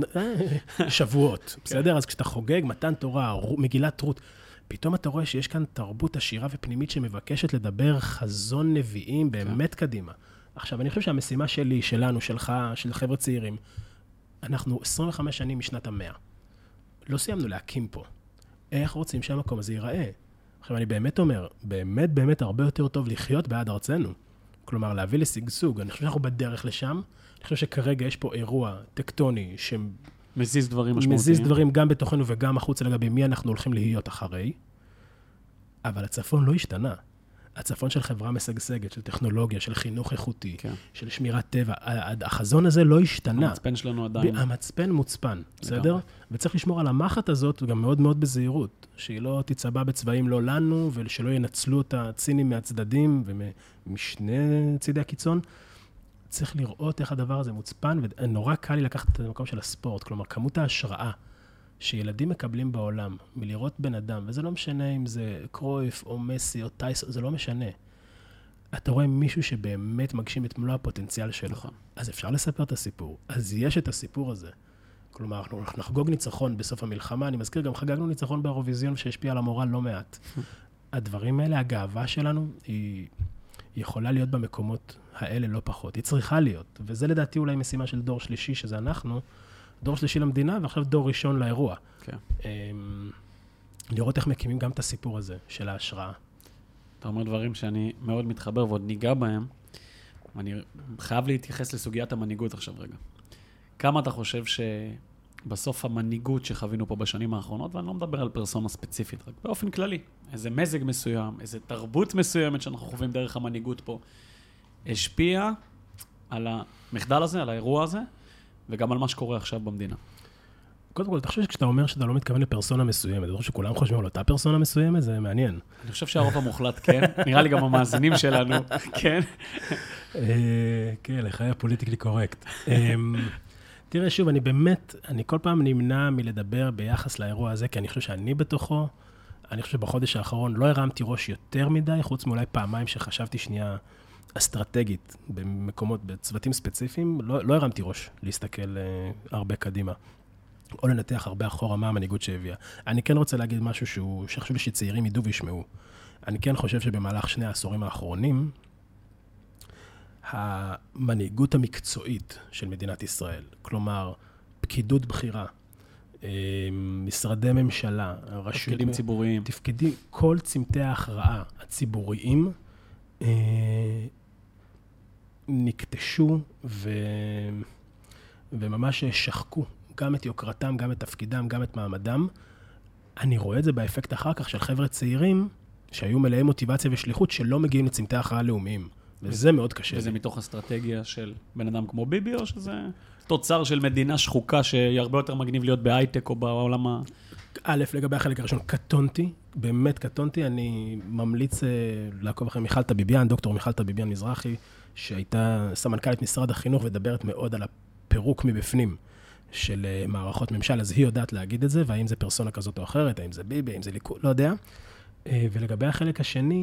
שבועות, בסדר? אז כשאתה חוגג, מתן תורה, מגילת רות, פתאום אתה רואה שיש כאן תרבות עשירה ופנימית שמבקשת לדבר חזון נביאים באמת קדימה. עכשיו, אני חושב שהמשימה שלי, שלנו, שלך, של חבר'ה צעירים, אנחנו 25 שנים משנת 100. לא סיימנו להקים פה. איך רוצים שהמקום הזה ייראה? עכשיו, אני באמת אומר, באמת הרבה יותר טוב לחיות בעד ארצנו. כלומר, להביא לשגשוג. אני חושב שאנחנו בדרך לשם. אני חושב שכרגע יש פה אירוע טקטוני מזיז דברים משמעותיים. מזיז דברים גם בתוכנו וגם החוצה לגבי מי אנחנו הולכים להיות אחרי, אבל הצפון לא השתנה. הצפון של חברה משגשגת, של טכנולוגיה, של חינוך איכותי, כן. של שמירת טבע, החזון הזה לא השתנה. המצפן שלנו עדיין. המצפן מוצפן, בסדר? וצריך לשמור על המחט הזאת, גם מאוד מאוד בזהירות, שהיא לא תצבע בצבעים לא לנו, ושלא ינצלו את הצינים מהצדדים ומשני צידי הקיצון. צריך לראות איך הדבר הזה מוצפן, ונורא קל לי לקחת את המקום של הספורט, כלומר, כמות ההשראה שילדים מקבלים בעולם, מלראות בן אדם, וזה לא משנה אם זה קרויף או מסי או טייס, זה לא משנה. אתה רואה מישהו שבאמת מגשים את מלוא הפוטנציאל שלו. אז אפשר לספר את הסיפור. אז יש את הסיפור הזה. כלומר, אנחנו נחגוג ניצחון בסוף המלחמה, אני מזכיר, גם חגגנו ניצחון באירוויזיון שהשפיע על המורל לא מעט. הדברים האלה, הגאווה שלנו, היא יכולה להיות במקומות האלה לא פחות. היא צריכה להיות. וזה לדעתי אולי משימה של דור שלישי, שזה אנחנו, דור שלישי למדינה, ועכשיו דור ראשון לאירוע. כן. לראות איך מקימים גם את הסיפור הזה של ההשראה. אתה אומר דברים שאני מאוד מתחבר ועוד ניגע בהם. אני חייב להתייחס לסוגיית המנהיגות עכשיו רגע. כמה אתה חושב שבסוף המנהיגות שחווינו פה בשנים האחרונות, ואני לא מדבר על פרסונה ספציפית, רק באופן כללי, איזה מזג מסוים, איזה תרבות מסוימת שאנחנו חווים דרך המנהיגות פה, השפיע על המחדל הזה, על האירוע הזה, וגם על מה שקורה עכשיו במדינה. קודם כל, אתה חושב שכשאתה אומר שאתה לא מתכוון לפרסונה מסוימת, אתה חושב שכולם חושבים על אותה פרסונה מסוימת? זה מעניין. אני חושב שהרוב המוחלט כן, נראה לי גם המאזינים שלנו, כן. כן, לחיי הפוליטיקלי קורקט. תראה, שוב, אני כל פעם נמנע מלדבר ביחס לאירוע הזה, כי אני חושב שאני בתוכו, אני חושב שבחודש האחרון לא הרמתי ראש יותר מדי, חוץ מאולי פעמיים שחשבתי שנייה אסטרטגית במקומות, בצוותים ספציפיים, לא הרמתי ראש להסתכל הרבה קדימה, או לנתח הרבה אחורה מה המנהיגות שהביאה. אני כן רוצה להגיד משהו שחשוב לי שצעירים ידעו וישמעו. אני כן חושב שבמהלך 2 העשורים האחרונים, המנהיגות המקצועית של מדינת ישראל, כלומר, פקידות בחירה, משרדי ממשלה, תפקידים ציבוריים. כל צמתי ההכרעה הציבוריים נקטשו וממש שחקו גם את יוקרתם, גם את תפקידם, גם את מעמדם. אני רואה את זה באפקט אחר כך של חבר'ה צעירים שהיו מלאי מוטיבציה ושליחות שלא מגיעים לצמתי ההכרעה לאומיים. וזה מאוד קשה. וזה מתוך אסטרטגיה של בן אדם כמו ביבי, או שזה תוצר של מדינה שחוקה שהיא הרבה יותר מגניב להיות בהייטק או בעולם ה... א', לגבי החלק הראשון, קטונתי, באמת קטונתי, אני ממליץ לעקוב אחרי מיכל טביביאן, דוקטור מיכל טביביאן מזרחי, שהייתה סמנכ"לית משרד החינוך ודברת מאוד על הפירוק מבפנים של מערכות ממשל, אז היא יודעת להגיד את זה, והאם זה פרסונה כזאת או אחרת, האם זה ביבי, האם זה ליכוד, לא יודע. ולגבי החלק השני,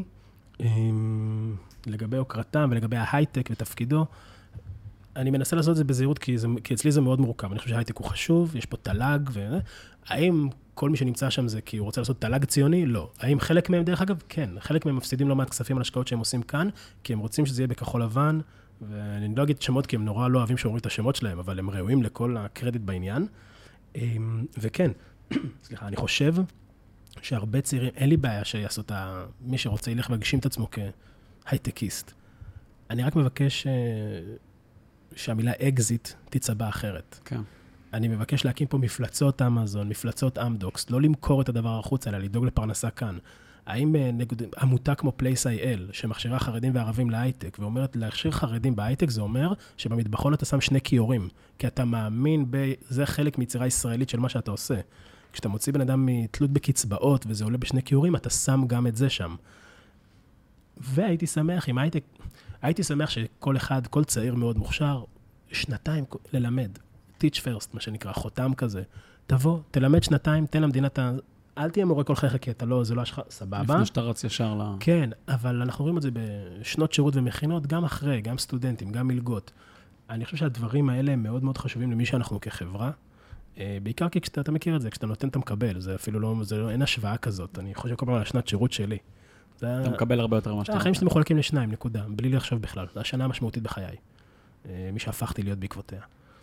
לגבי הוקרתם ולגבי ההייטק ותפקידו, אני מנסה לעשות את זה בזהירות, כי אצלי זה מאוד מורכב. אני חושב שההייטק הוא חשוב, יש פה תל"ג, האם כל מי שנמצא שם זה כי הוא רוצה לעשות תל"ג ציוני? לא. האם חלק מהם, דרך אגב? כן. חלק מהם מפסידים לא מעט כספים על השקעות שהם עושים כאן, כי הם רוצים שזה יהיה בכחול לבן, ואני לא אגיד שמות, כי הם נורא לא אוהבים שאומרים את השמות שלהם, אבל הם ראויים לכל הקרדיט בעניין. וכן, סליחה, אני חושב שהרבה צעירים, אין לי בעיה שיעשו מי שרוצה ילך ויגשים את עצמו כהייטקיסט. אני רק מבקש שהמילה אקזיט תצבע אחרת. כן. אני מבקש להקים פה מפלצות אמזון, מפלצות אמדוקס, לא למכור את הדבר החוץ, אלא לדאוג לפרנסה כאן. האם עמותה כמו Place.il, שמכשירה חרדים וערבים להייטק, ואומרת להכשיר חרדים בהייטק, זה אומר שבמטבחון אתה שם 2 כיורים, כי אתה מאמין זה חלק מיצירה ישראלית של מה שאתה עושה. כשאתה מוציא בן אדם מתלות בקצבאות, וזה עולה ב2 כיורים, אתה שם גם את זה שם. והייתי שמח עם הייטק, הייתי שמח שכל אחד, כל צעיר מאוד מוכשר, 2 ללמד. teach first, מה שנקרא, חותם כזה. תבוא, תלמד 2, תן למדינה אל תהיה מורה כל חייך, כי אתה לא, זה לא השחר, סבבה. לפני שאתה רץ ישר כן, אבל אנחנו רואים את זה בשנות שירות ומכינות, גם אחרי, גם סטודנטים, גם מלגות. אני חושב שהדברים האלה הם מאוד מאוד חשובים למי שאנחנו כחברה, בעיקר כי כשאתה מכיר את זה, כשאתה נותן, אתה מקבל. זה אפילו לא, אין השוואה כזאת. אני חושב כל פעם על השנת שירות שלי. אתה מקבל הרבה יותר ממה שאתה... החיים שלי מחולקים ל2, נקודה. בלי לחשוב בכלל. זו השנה המשמעותית בחיי. מי שהפכתי להיות בעקבותיה.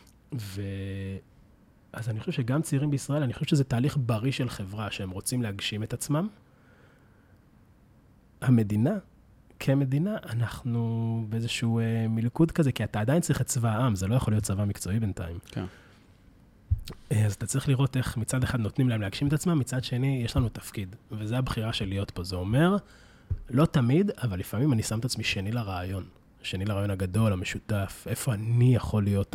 אז אני חושב שגם צעירים בישראל, אני חושב שזה תהליך בריא של חברה, שהם רוצים להגשים את עצמם. המדינה, כמדינה, אנחנו באיזשהו מלכוד כזה, כי אתה עדיין צריך את צבא העם, זה לא יכול להיות צבא מקצועי בינתיים. כן. אז אתה צריך לראות איך מצד אחד נותנים להם להגשים את עצמם, מצד שני יש לנו תפקיד, וזו הבחירה של להיות פה. זה אומר, לא תמיד, אבל לפעמים אני שם את עצמי שני לרעיון הגדול, המשותף, איפה אני יכול להיות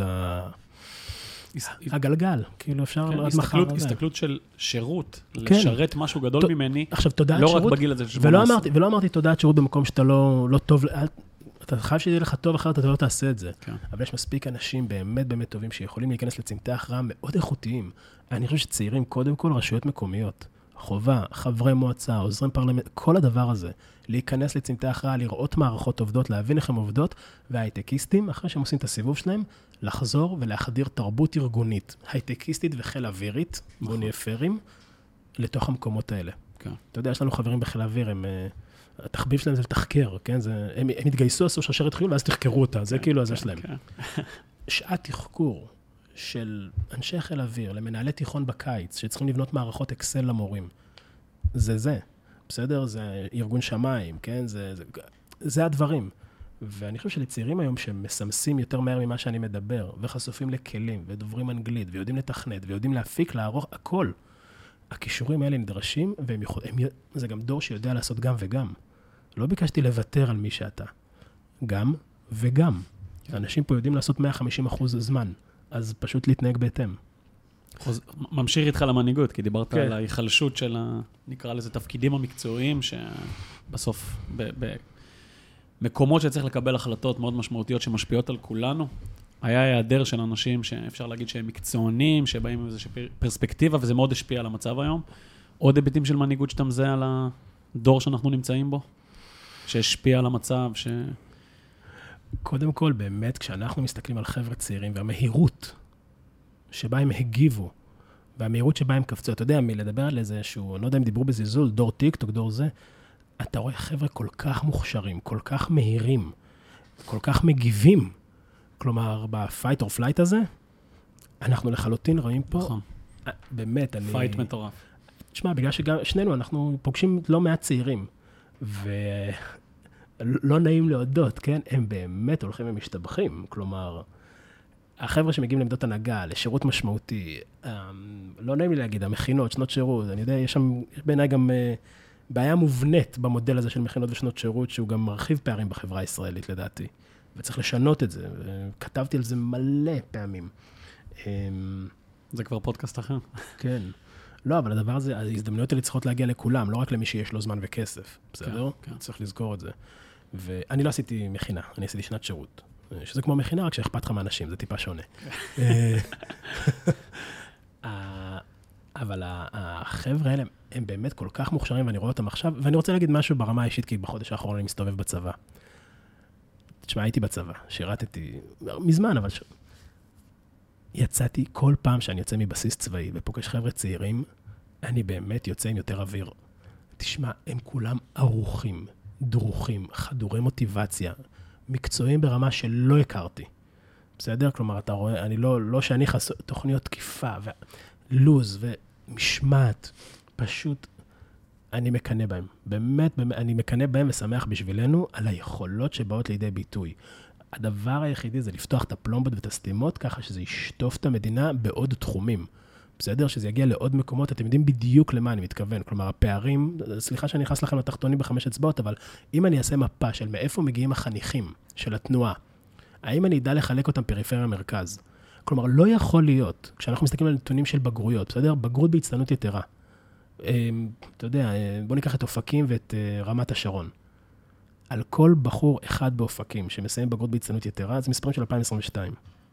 הגלגל, כאילו אפשר עד מחר. הסתכלות של שירות, לשרת משהו גדול ממני, עכשיו, תודעת לא שירות, רק בגיל הזה של 18. ולא אמרתי תודעת שירות במקום שאתה לא טוב, אתה חייב שיהיה לך טוב, אחרת אתה לא תעשה את זה. אבל יש מספיק אנשים באמת באמת טובים שיכולים להיכנס לצמתי הכרעה מאוד איכותיים. אני חושב שצעירים, קודם כל, רשויות מקומיות, חובה, חברי מועצה, עוזרים פרלמנט, כל הדבר הזה, להיכנס לצמתי הכרעה, לראות מערכות עובדות, להבין איך הן עובדות, וההייטקיסטים, אחרי שהם עושים את הסיבוב שלהם, לחזור ולהחדיר תרבות ארגונית, הייטקיסטית וחיל אווירית, בוא נהיה פיירים, לתוך המקומות האלה. אתה יודע, יש לנו חברים בחיל האוויר, התחביב שלהם זה לתחקר, כן? הם התגייסו, עשו שרשרת חיול, ואז תחקרו אותה, זה כאילו הזה שלהם. שעת תחקור של אנשי חיל אוויר, למנהלי תיכון בקיץ, שצריכים לבנות מערכות אקסל למורים, זה. בסדר? זה ארגון שמיים, כן? זה הדברים. ואני חושב שלצעירים היום שמסמסים יותר מהר ממה שאני מדבר, וחשופים לכלים, ודוברים אנגלית, ויודעים לתכנת, ויודעים להפיק, לערוך, הכל. הכישורים האלה נדרשים, זה גם דור שיודע לעשות גם וגם. לא ביקשתי לוותר על מי שאתה. גם וגם. האנשים פה יודעים לעשות 150% זמן, אז פשוט להתנהג בהתאם. ממשיך איתך למנהיגות, כי דיברת על ההיחלשות של, נקרא לזה, תפקידים המקצועיים, שבסוף, במקומות שצריך לקבל החלטות מאוד משמעותיות שמשפיעות על כולנו, היה היעדר של אנשים שאפשר להגיד שהם מקצוענים, שבאים עם איזושהי פרספקטיבה, וזה מאוד השפיע על המצב היום. עוד היבטים של מנהיגות שאתה מזהה על הדור שאנחנו נמצאים בו, שהשפיע על המצב, קודם כל, באמת, כשאנחנו מסתכלים על חבר'ה צעירים, והמהירות שבה הם הגיבו, והמהירות שבה הם קפצו, אתה יודע, מלדבר על איזה שהוא, אני לא יודע אם דיברו בזלזול, דור טיקטוק, דור זה, אתה רואה חבר'ה כל כך מוכשרים, כל כך מהירים, כל כך מגיבים, כלומר, ב-fight or flight הזה, אנחנו לחלוטין רואים פה, נכון. באמת, אני... פייט מטורף. תשמע, בגלל שגם שנינו, אנחנו פוגשים לא מעט צעירים, ולא נעים להודות, כן? הם באמת הולכים ומשתבחים, כלומר, החבר'ה שמגיעים לעמדות הנהגה, לשירות משמעותי, לא נעים לי להגיד, המכינות, שנות שירות, אני יודע, יש שם בעיניי גם בעיה מובנית במודל הזה של מכינות ושנות שירות, שהוא גם מרחיב פערים בחברה הישראלית, לדעתי. וצריך לשנות את זה, וכתבתי על זה מלא פעמים. זה כבר פודקאסט אחר. כן. לא, אבל הדבר הזה, ההזדמנויות האלה צריכות להגיע לכולם, לא רק למי שיש לו זמן וכסף, בסדר? כן. צריך לזכור את זה. ואני לא עשיתי מכינה, אני עשיתי שנת שירות. שזה כמו מכינה, רק שאכפת לך מאנשים, זה טיפה שונה. אבל החבר'ה האלה, הם באמת כל כך מוכשרים, ואני רואה אותם עכשיו, ואני רוצה להגיד משהו ברמה האישית, כי בחודש האחרון אני מסתובב בצבא. תשמע, הייתי בצבא, שירתתי מזמן, אבל יצאתי כל פעם שאני יוצא מבסיס צבאי, ופוגש חבר'ה צעירים, אני באמת יוצא עם יותר אוויר. תשמע, הם כולם ערוכים, דרוכים, חדורי מוטיבציה, מקצועיים ברמה שלא הכרתי. בסדר? כלומר, אתה רואה, אני לא שאני תוכניות תקיפה, ולוז ומשמעת, פשוט אני מקנא בהם. באמת, אני מקנא בהם ושמח בשבילנו על היכולות שבאות לידי ביטוי. הדבר היחידי זה לפתוח את הפלומבות ואת הסתימות, ככה שזה ישטוף את המדינה בעוד תחומים. בסדר? שזה יגיע לעוד מקומות, אתם יודעים בדיוק למה אני מתכוון. כלומר, הפערים, סליחה שאני נכנס לכם לתחתונים ב5 אצבעות, אבל אם אני אעשה מפה של מאיפה מגיעים החניכים של התנועה, האם אני אדע לחלק אותם פריפריה מרכז? כלומר, לא יכול להיות, כשאנחנו מסתכלים על נתונים של בגרויות, בסדר? בגרות בהצטיינות יתרה. אתה יודע, בוא ניקח את אופקים ואת רמת השרון. על כל בחור אחד באופקים שמסיים בגרות בהצטיינות יתרה, זה מספרים של 2022.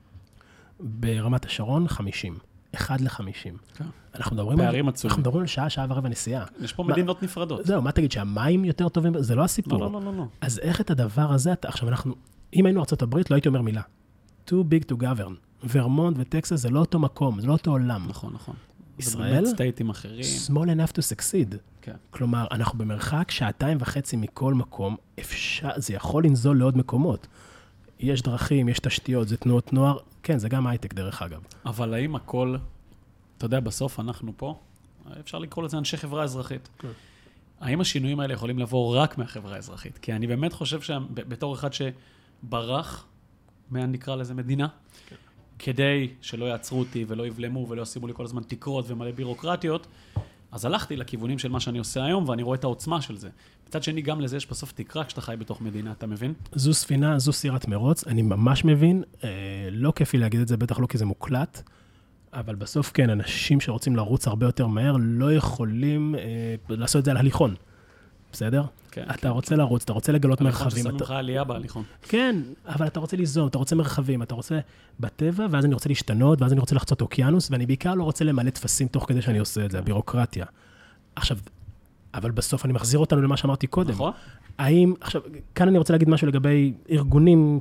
ברמת השרון, 50. 1 ל-50. אנחנו מדברים על שעה ורבע נסיעה. יש פה מדינות נפרדות. זהו, מה תגיד, שהמים יותר טובים? זה לא הסיפור. לא. אז איך את הדבר הזה, עכשיו אנחנו, אם היינו ארצות הברית, לא הייתי אומר מילה. Too big to govern. ורמונט וטקסס זה לא אותו מקום, זה לא אותו עולם. נכון. ישראל, סטייטים אחרים. small enough to succeed. כן. כלומר, אנחנו במרחק 2.5 מכל מקום, זה יכול לנזול לעוד מקומות. יש דרכים, יש תשתיות, זה תנועות נוער, כן, זה גם הייטק דרך אגב. אבל האם הכל, אתה יודע, בסוף אנחנו פה, אפשר לקרוא לזה אנשי חברה אזרחית. כן. האם השינויים האלה יכולים לבוא רק מהחברה האזרחית? כי אני באמת חושב שבתור אחד שברח, נקרא לזה מדינה, כן. כדי שלא יעצרו אותי ולא יבלמו ולא ישימו לי כל הזמן תקרות ומלא בירוקרטיות, אז הלכתי לכיוונים של מה שאני עושה היום, ואני רואה את העוצמה של זה. מצד שני, גם לזה יש בסוף תקרה כשאתה חי בתוך מדינה, אתה מבין? זו ספינה, זו סירת מרוץ, אני ממש מבין, לא כיפי להגיד את זה, בטח לא כי זה מוקלט, אבל בסוף כן, אנשים שרוצים לרוץ הרבה יותר מהר, לא יכולים לעשות את זה על הליכון. בסדר? כן, אתה רוצה לרוץ, אתה רוצה לגלות מרחבים. ששמים לך עלייה בהליכון. כן, אבל אתה רוצה ליזום, אתה רוצה מרחבים, אתה רוצה בטבע, ואז אני רוצה להשתנות, ואז אני רוצה לחצות אוקיינוס, ואני בעיקר לא רוצה למלא תפסים תוך כדי שאני עושה את זה, הבירוקרטיה. עכשיו, אבל בסוף אני מחזיר אותנו למה שאמרתי קודם. נכון. עכשיו, כאן אני רוצה להגיד משהו לגבי ארגונים,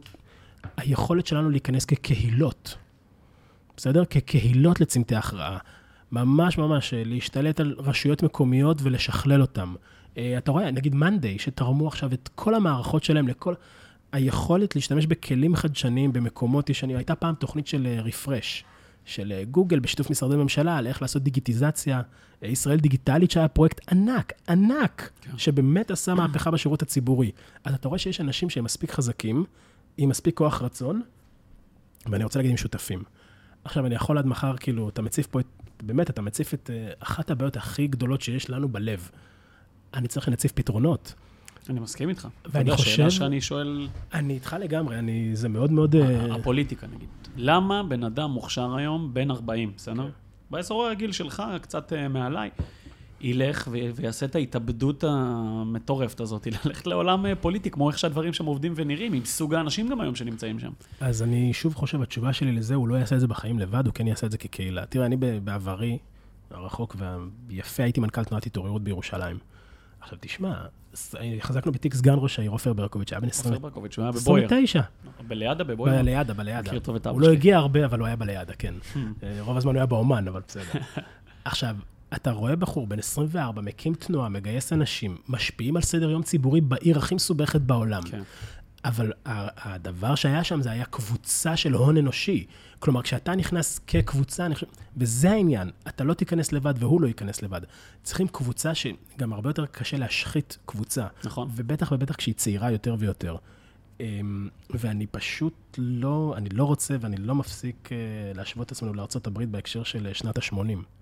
היכולת שלנו להיכנס כקהילות, בסדר? כקהילות לצמתי הכרעה. ממש ממש להשתלט על רשויות מקומיות ולשכלל אותם. אתה רואה, נגיד מנדי, שתרמו עכשיו את כל המערכות שלהם לכל... היכולת להשתמש בכלים חדשניים במקומות ישנים. הייתה פעם תוכנית של רפרש, של גוגל בשיתוף משרדי ממשלה, על איך לעשות דיגיטיזציה. ישראל דיגיטלית שהיה פרויקט ענק, ענק, שבאמת עשה מהפכה בשירות הציבורי. אז אתה רואה שיש אנשים שהם מספיק חזקים, עם מספיק כוח רצון, ואני רוצה להגיד עם שותפים. עכשיו, אני יכול עד מחר, כאילו, אתה מציף פה באמת, אתה מציף את אחת הבעיות הכי גדולות שיש לנו בלב. אני צריך לנציף פתרונות. אני מסכים איתך. ואני חושב... שאלה שאני שואל... אני איתך לגמרי, זה מאוד מאוד... הפוליטיקה, נגיד. למה בן אדם מוכשר היום בין 40, בסדר? באזור הגיל שלך, קצת מעליי, ילך ויעשה את ההתאבדות המטורפת הזאת, ללכת לעולם פוליטי, כמו איך שהדברים שם עובדים ונראים, עם סוג האנשים גם היום שנמצאים שם. אז אני שוב חושב, התשובה שלי לזה, הוא לא יעשה את זה בחיים לבד, הוא כן יעשה את זה כקהילה. תראה, אני בעברי, הרחוק והיפה, הייתי מנכ"ל תנועת התעוררות בירושלים. עכשיו תשמע, חזקנו בתיק סגן ראש העיר, עופר ברקוביץ', היה בן 20... עופר ברקוביץ', הוא היה בבויר. 29. בלידה, בבויר? בלידה. מכיר טוב את אבא הוא שלי. לא הגיע הרבה, אבל הוא היה בלידה, כן. רוב הזמן הוא היה באומן, אבל בסדר. עכשיו, אתה רואה בחור בן 24, מקים תנועה, מגייס אנשים, משפיעים על סדר יום ציבורי בעיר הכי מסובכת בעולם. אבל הדבר שהיה שם זה היה קבוצה של הון אנושי. כלומר, כשאתה נכנס כקבוצה, וזה העניין, אתה לא תיכנס לבד והוא לא ייכנס לבד. צריכים קבוצה שגם הרבה יותר קשה להשחית קבוצה. נכון. ובטח כשהיא צעירה יותר ויותר. ואני פשוט לא, אני לא רוצה ואני לא מפסיק להשוות את עצמנו לארצות הברית בהקשר של שנת ה-80.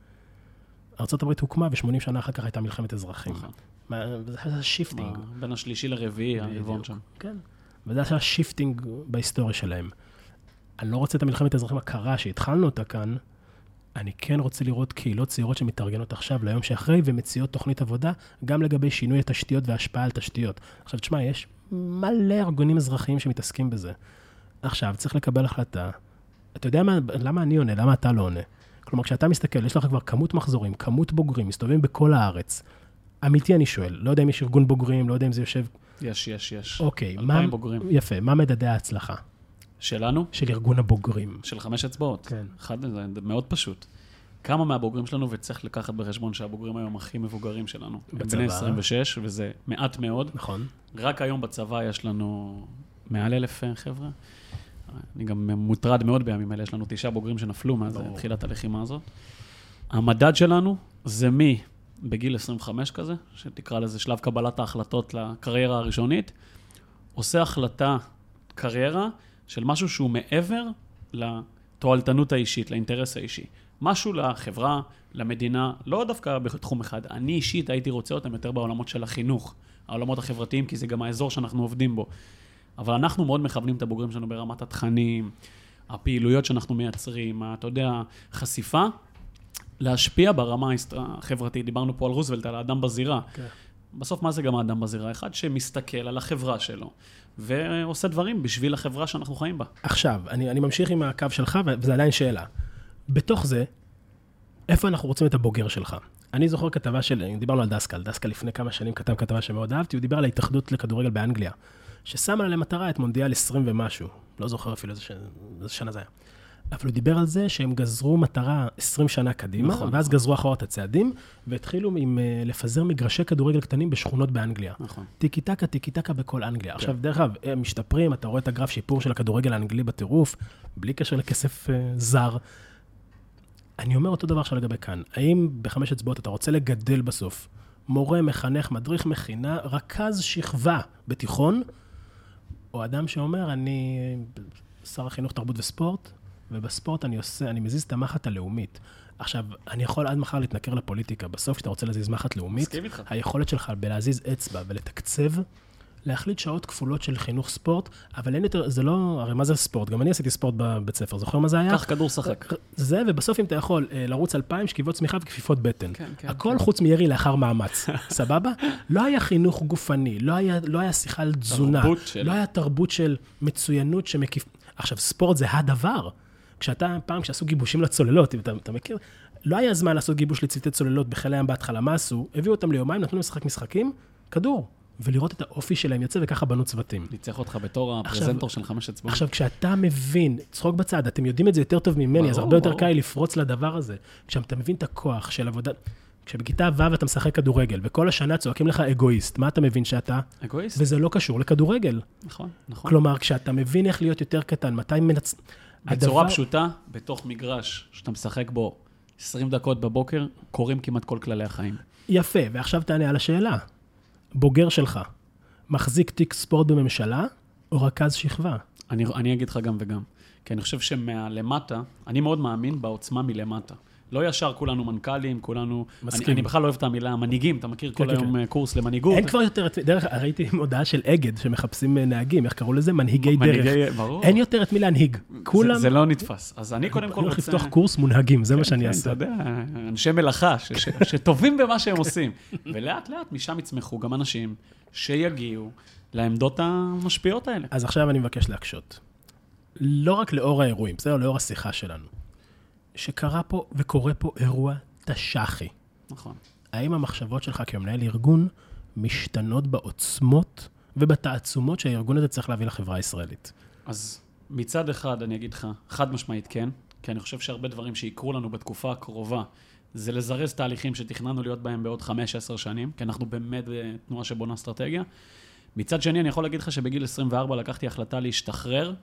ארצות הברית הוקמה ו80 שנה אחר כך הייתה מלחמת אזרחים. נכון. וזה היה שיפטינג. בין השלישי לרביעי, הרבעון שם. כן. וזה היה שיפטינג בהיסטוריה שלהם. אני לא רוצה את המלחמת האזרחים הקרה שהתחלנו אותה כאן, אני כן רוצה לראות קהילות צעירות שמתארגנות עכשיו ליום שאחרי, ומציעות תוכנית עבודה, גם לגבי שינוי התשתיות וההשפעה על תשתיות. עכשיו, תשמע, יש מלא ארגונים אזרחיים שמתעסקים בזה. עכשיו, צריך לקבל החלטה. אתה יודע למה אני עונה, למה אתה לא עונה? כלומר, כשאתה מסתכל, יש לך כבר כמות מחזורים, כמות בוגרים, מסתובבים בכל הארץ. אמיתי אני שואל, לא יודע אם יש ארגון בוגרים, לא יודע אם זה יושב... יש. אוקיי. 2,000 בוגרים. יפה, מה מדדי ההצלחה? שלנו? של ארגון הבוגרים. של 5 אצבעות. כן. זה מאוד פשוט. כמה מהבוגרים שלנו, וצריך לקחת בחשבון שהבוגרים היום הכי מבוגרים שלנו. בצבא. בני 26, וזה מעט מאוד. נכון. רק היום בצבא יש לנו מעל 1,000 חבר'ה. אני גם מוטרד מאוד בימים האלה, יש לנו 9 בוגרים שנפלו מאז תחילת הלחימה הזאת. המדד שלנו זה מי בגיל 25 כזה, שתקרא לזה שלב קבלת ההחלטות לקריירה הראשונית, עושה החלטה קריירה של משהו שהוא מעבר לתועלתנות האישית, לאינטרס האישי. משהו לחברה, למדינה, לא דווקא בתחום אחד. אני אישית הייתי רוצה אותם יותר בעולמות של החינוך, העולמות החברתיים, כי זה גם האזור שאנחנו עובדים בו. אבל אנחנו מאוד מכוונים את הבוגרים שלנו ברמת התכנים, הפעילויות שאנחנו מייצרים, אתה יודע, חשיפה, להשפיע ברמה החברתית. דיברנו פה על רוזוולט, על האדם בזירה. Okay. בסוף מה זה גם האדם בזירה? אחד שמסתכל על החברה שלו, ועושה דברים בשביל החברה שאנחנו חיים בה. עכשיו, אני ממשיך עם הקו שלך, וזה עדיין שאלה. בתוך זה, איפה אנחנו רוצים את הבוגר שלך? אני זוכר כתבה דיברנו על דסקל. דסקל לפני כמה שנים כתב כתבה שמאוד אהבתי, הוא דיבר על ההתאחדות לכדורגל באנגליה, ששמה לה למטרה את מונדיאל 20 ומשהו. לא זוכר אפילו איזה שנה זה היה. אבל הוא דיבר על זה שהם גזרו מטרה 20 שנה קדימה, נכון, ואז גזרו אחורה את הצעדים, והתחילו לפזר מגרשי כדורגל קטנים בשכונות באנגליה. נכון. טיקי-טקה בכל אנגליה. עכשיו, דרך אגב, הם משתפרים, אתה רואה את הגרף שיפור של הכדורגל האנגלי בטירוף, בלי קשר לכסף זר. אני אומר אותו דבר עכשיו לגבי כאן. האם ב5 אצבעות אתה רוצה לגדל בסוף מורה, מחנך, מדריך מכינה, רכז שכבה בתיכון, או אדם שאומר, אני שר החינוך, תרבות וספורט, ובספורט אני מזיז את המחט הלאומית. עכשיו, אני יכול עד מחר להתנקר לפוליטיקה. בסוף, כשאתה רוצה להזיז מחט לאומית, היכולת שלך בלהזיז אצבע ולתקצב, להחליט שעות כפולות של חינוך ספורט, אבל אין יותר, זה לא, הרי מה זה ספורט? גם אני עשיתי ספורט בבית ספר, זוכר מה זה היה? קח כדור שחק. זה, ובסוף אם אתה יכול לרוץ 2,000 שכיבות צמיחה וכפיפות בטן. הכל חוץ מירי לאחר מאמץ, סבבה? לא היה חינוך גופני, לא היה שיחה על תזונה, לא היה תרבות של מצוינות שמקיף... עכשיו, ספורט זה הדבר. כשעשו גיבושים לצוללות, אתה מכיר? לא היה זמן לעשות גיבוש לצוותי צוללות בחיל הים בהתחלה, מה עשו? הביאו אותם ליומיים, נתנו לשחק משחקים, כדור. ולראות את האופי שלהם יוצא, וככה בנו צוותים. ניצח אותך בתור הפרזנטור של 5 אצבעות. עכשיו, כשאתה מבין, צחוק בצד, אתם יודעים את זה יותר טוב ממני, אז הרבה יותר קל לפרוץ לדבר הזה. כשאתה מבין את הכוח של עבודה, כשבכיתה ו' אתה משחק כדורגל, וכל השנה צועקים לך אגואיסט, מה אתה מבין שאתה? אגואיסט. וזה לא קשור לכדורגל. נכון. כלומר, כשאתה מבין איך להיות יותר קטן, מתי בצורה פשוטה, בתוך מגרש שאתה משחק בו 20 דקות בבוקר, קוראים כמעט כל כללי החיים. יפה, ועכשיו תענה על השאלה. בוגר שלך, מחזיק תיק ספורט בממשלה, או רכז שכבה? אני אגיד לך גם וגם. כי אני חושב שמלמטה, אני מאוד מאמין בעוצמה מלמטה. לא ישר כולנו מנכ"לים, כולנו... אני בכלל לא אוהב את המילה מנהיגים, אתה מכיר כל היום קורס למנהיגות. אין כבר יותר, דרך, ראיתי מודעה של אגד שמחפשים נהגים, איך קראו לזה? מנהיגי דרך. אין יותר את מי להנהיג. זה לא נתפס. אז אני קודם כל רוצה... אני הולך לפתוח קורס מונהגים, זה מה שאני אעשה. אתה יודע, אנשי מלאכה, שטובים במה שהם עושים. ולאט לאט משם יצמחו גם אנשים שיגיעו לעמדות המשפיעות האלה. אז עכשיו אני מבקש להקשות. לא רק לאור האירועים, בסדר? לאור השיחה שלנו. שקרה פה וקורה פה אירוע תשחי. נכון. האם המחשבות שלך כמנהל ארגון משתנות בעוצמות ובתעצומות שהארגון הזה צריך להביא לחברה הישראלית? אז מצד אחד אני אגיד לך, חד משמעית כן, כי אני חושב שהרבה דברים שיקרו לנו בתקופה הקרובה, זה לזרז תהליכים שתכננו להיות בהם בעוד 5-10 שנים, כי אנחנו באמת תנועה שבונה אסטרטגיה. מצד שני אני יכול להגיד לך שבגיל 24 לקחתי החלטה להשתחרר,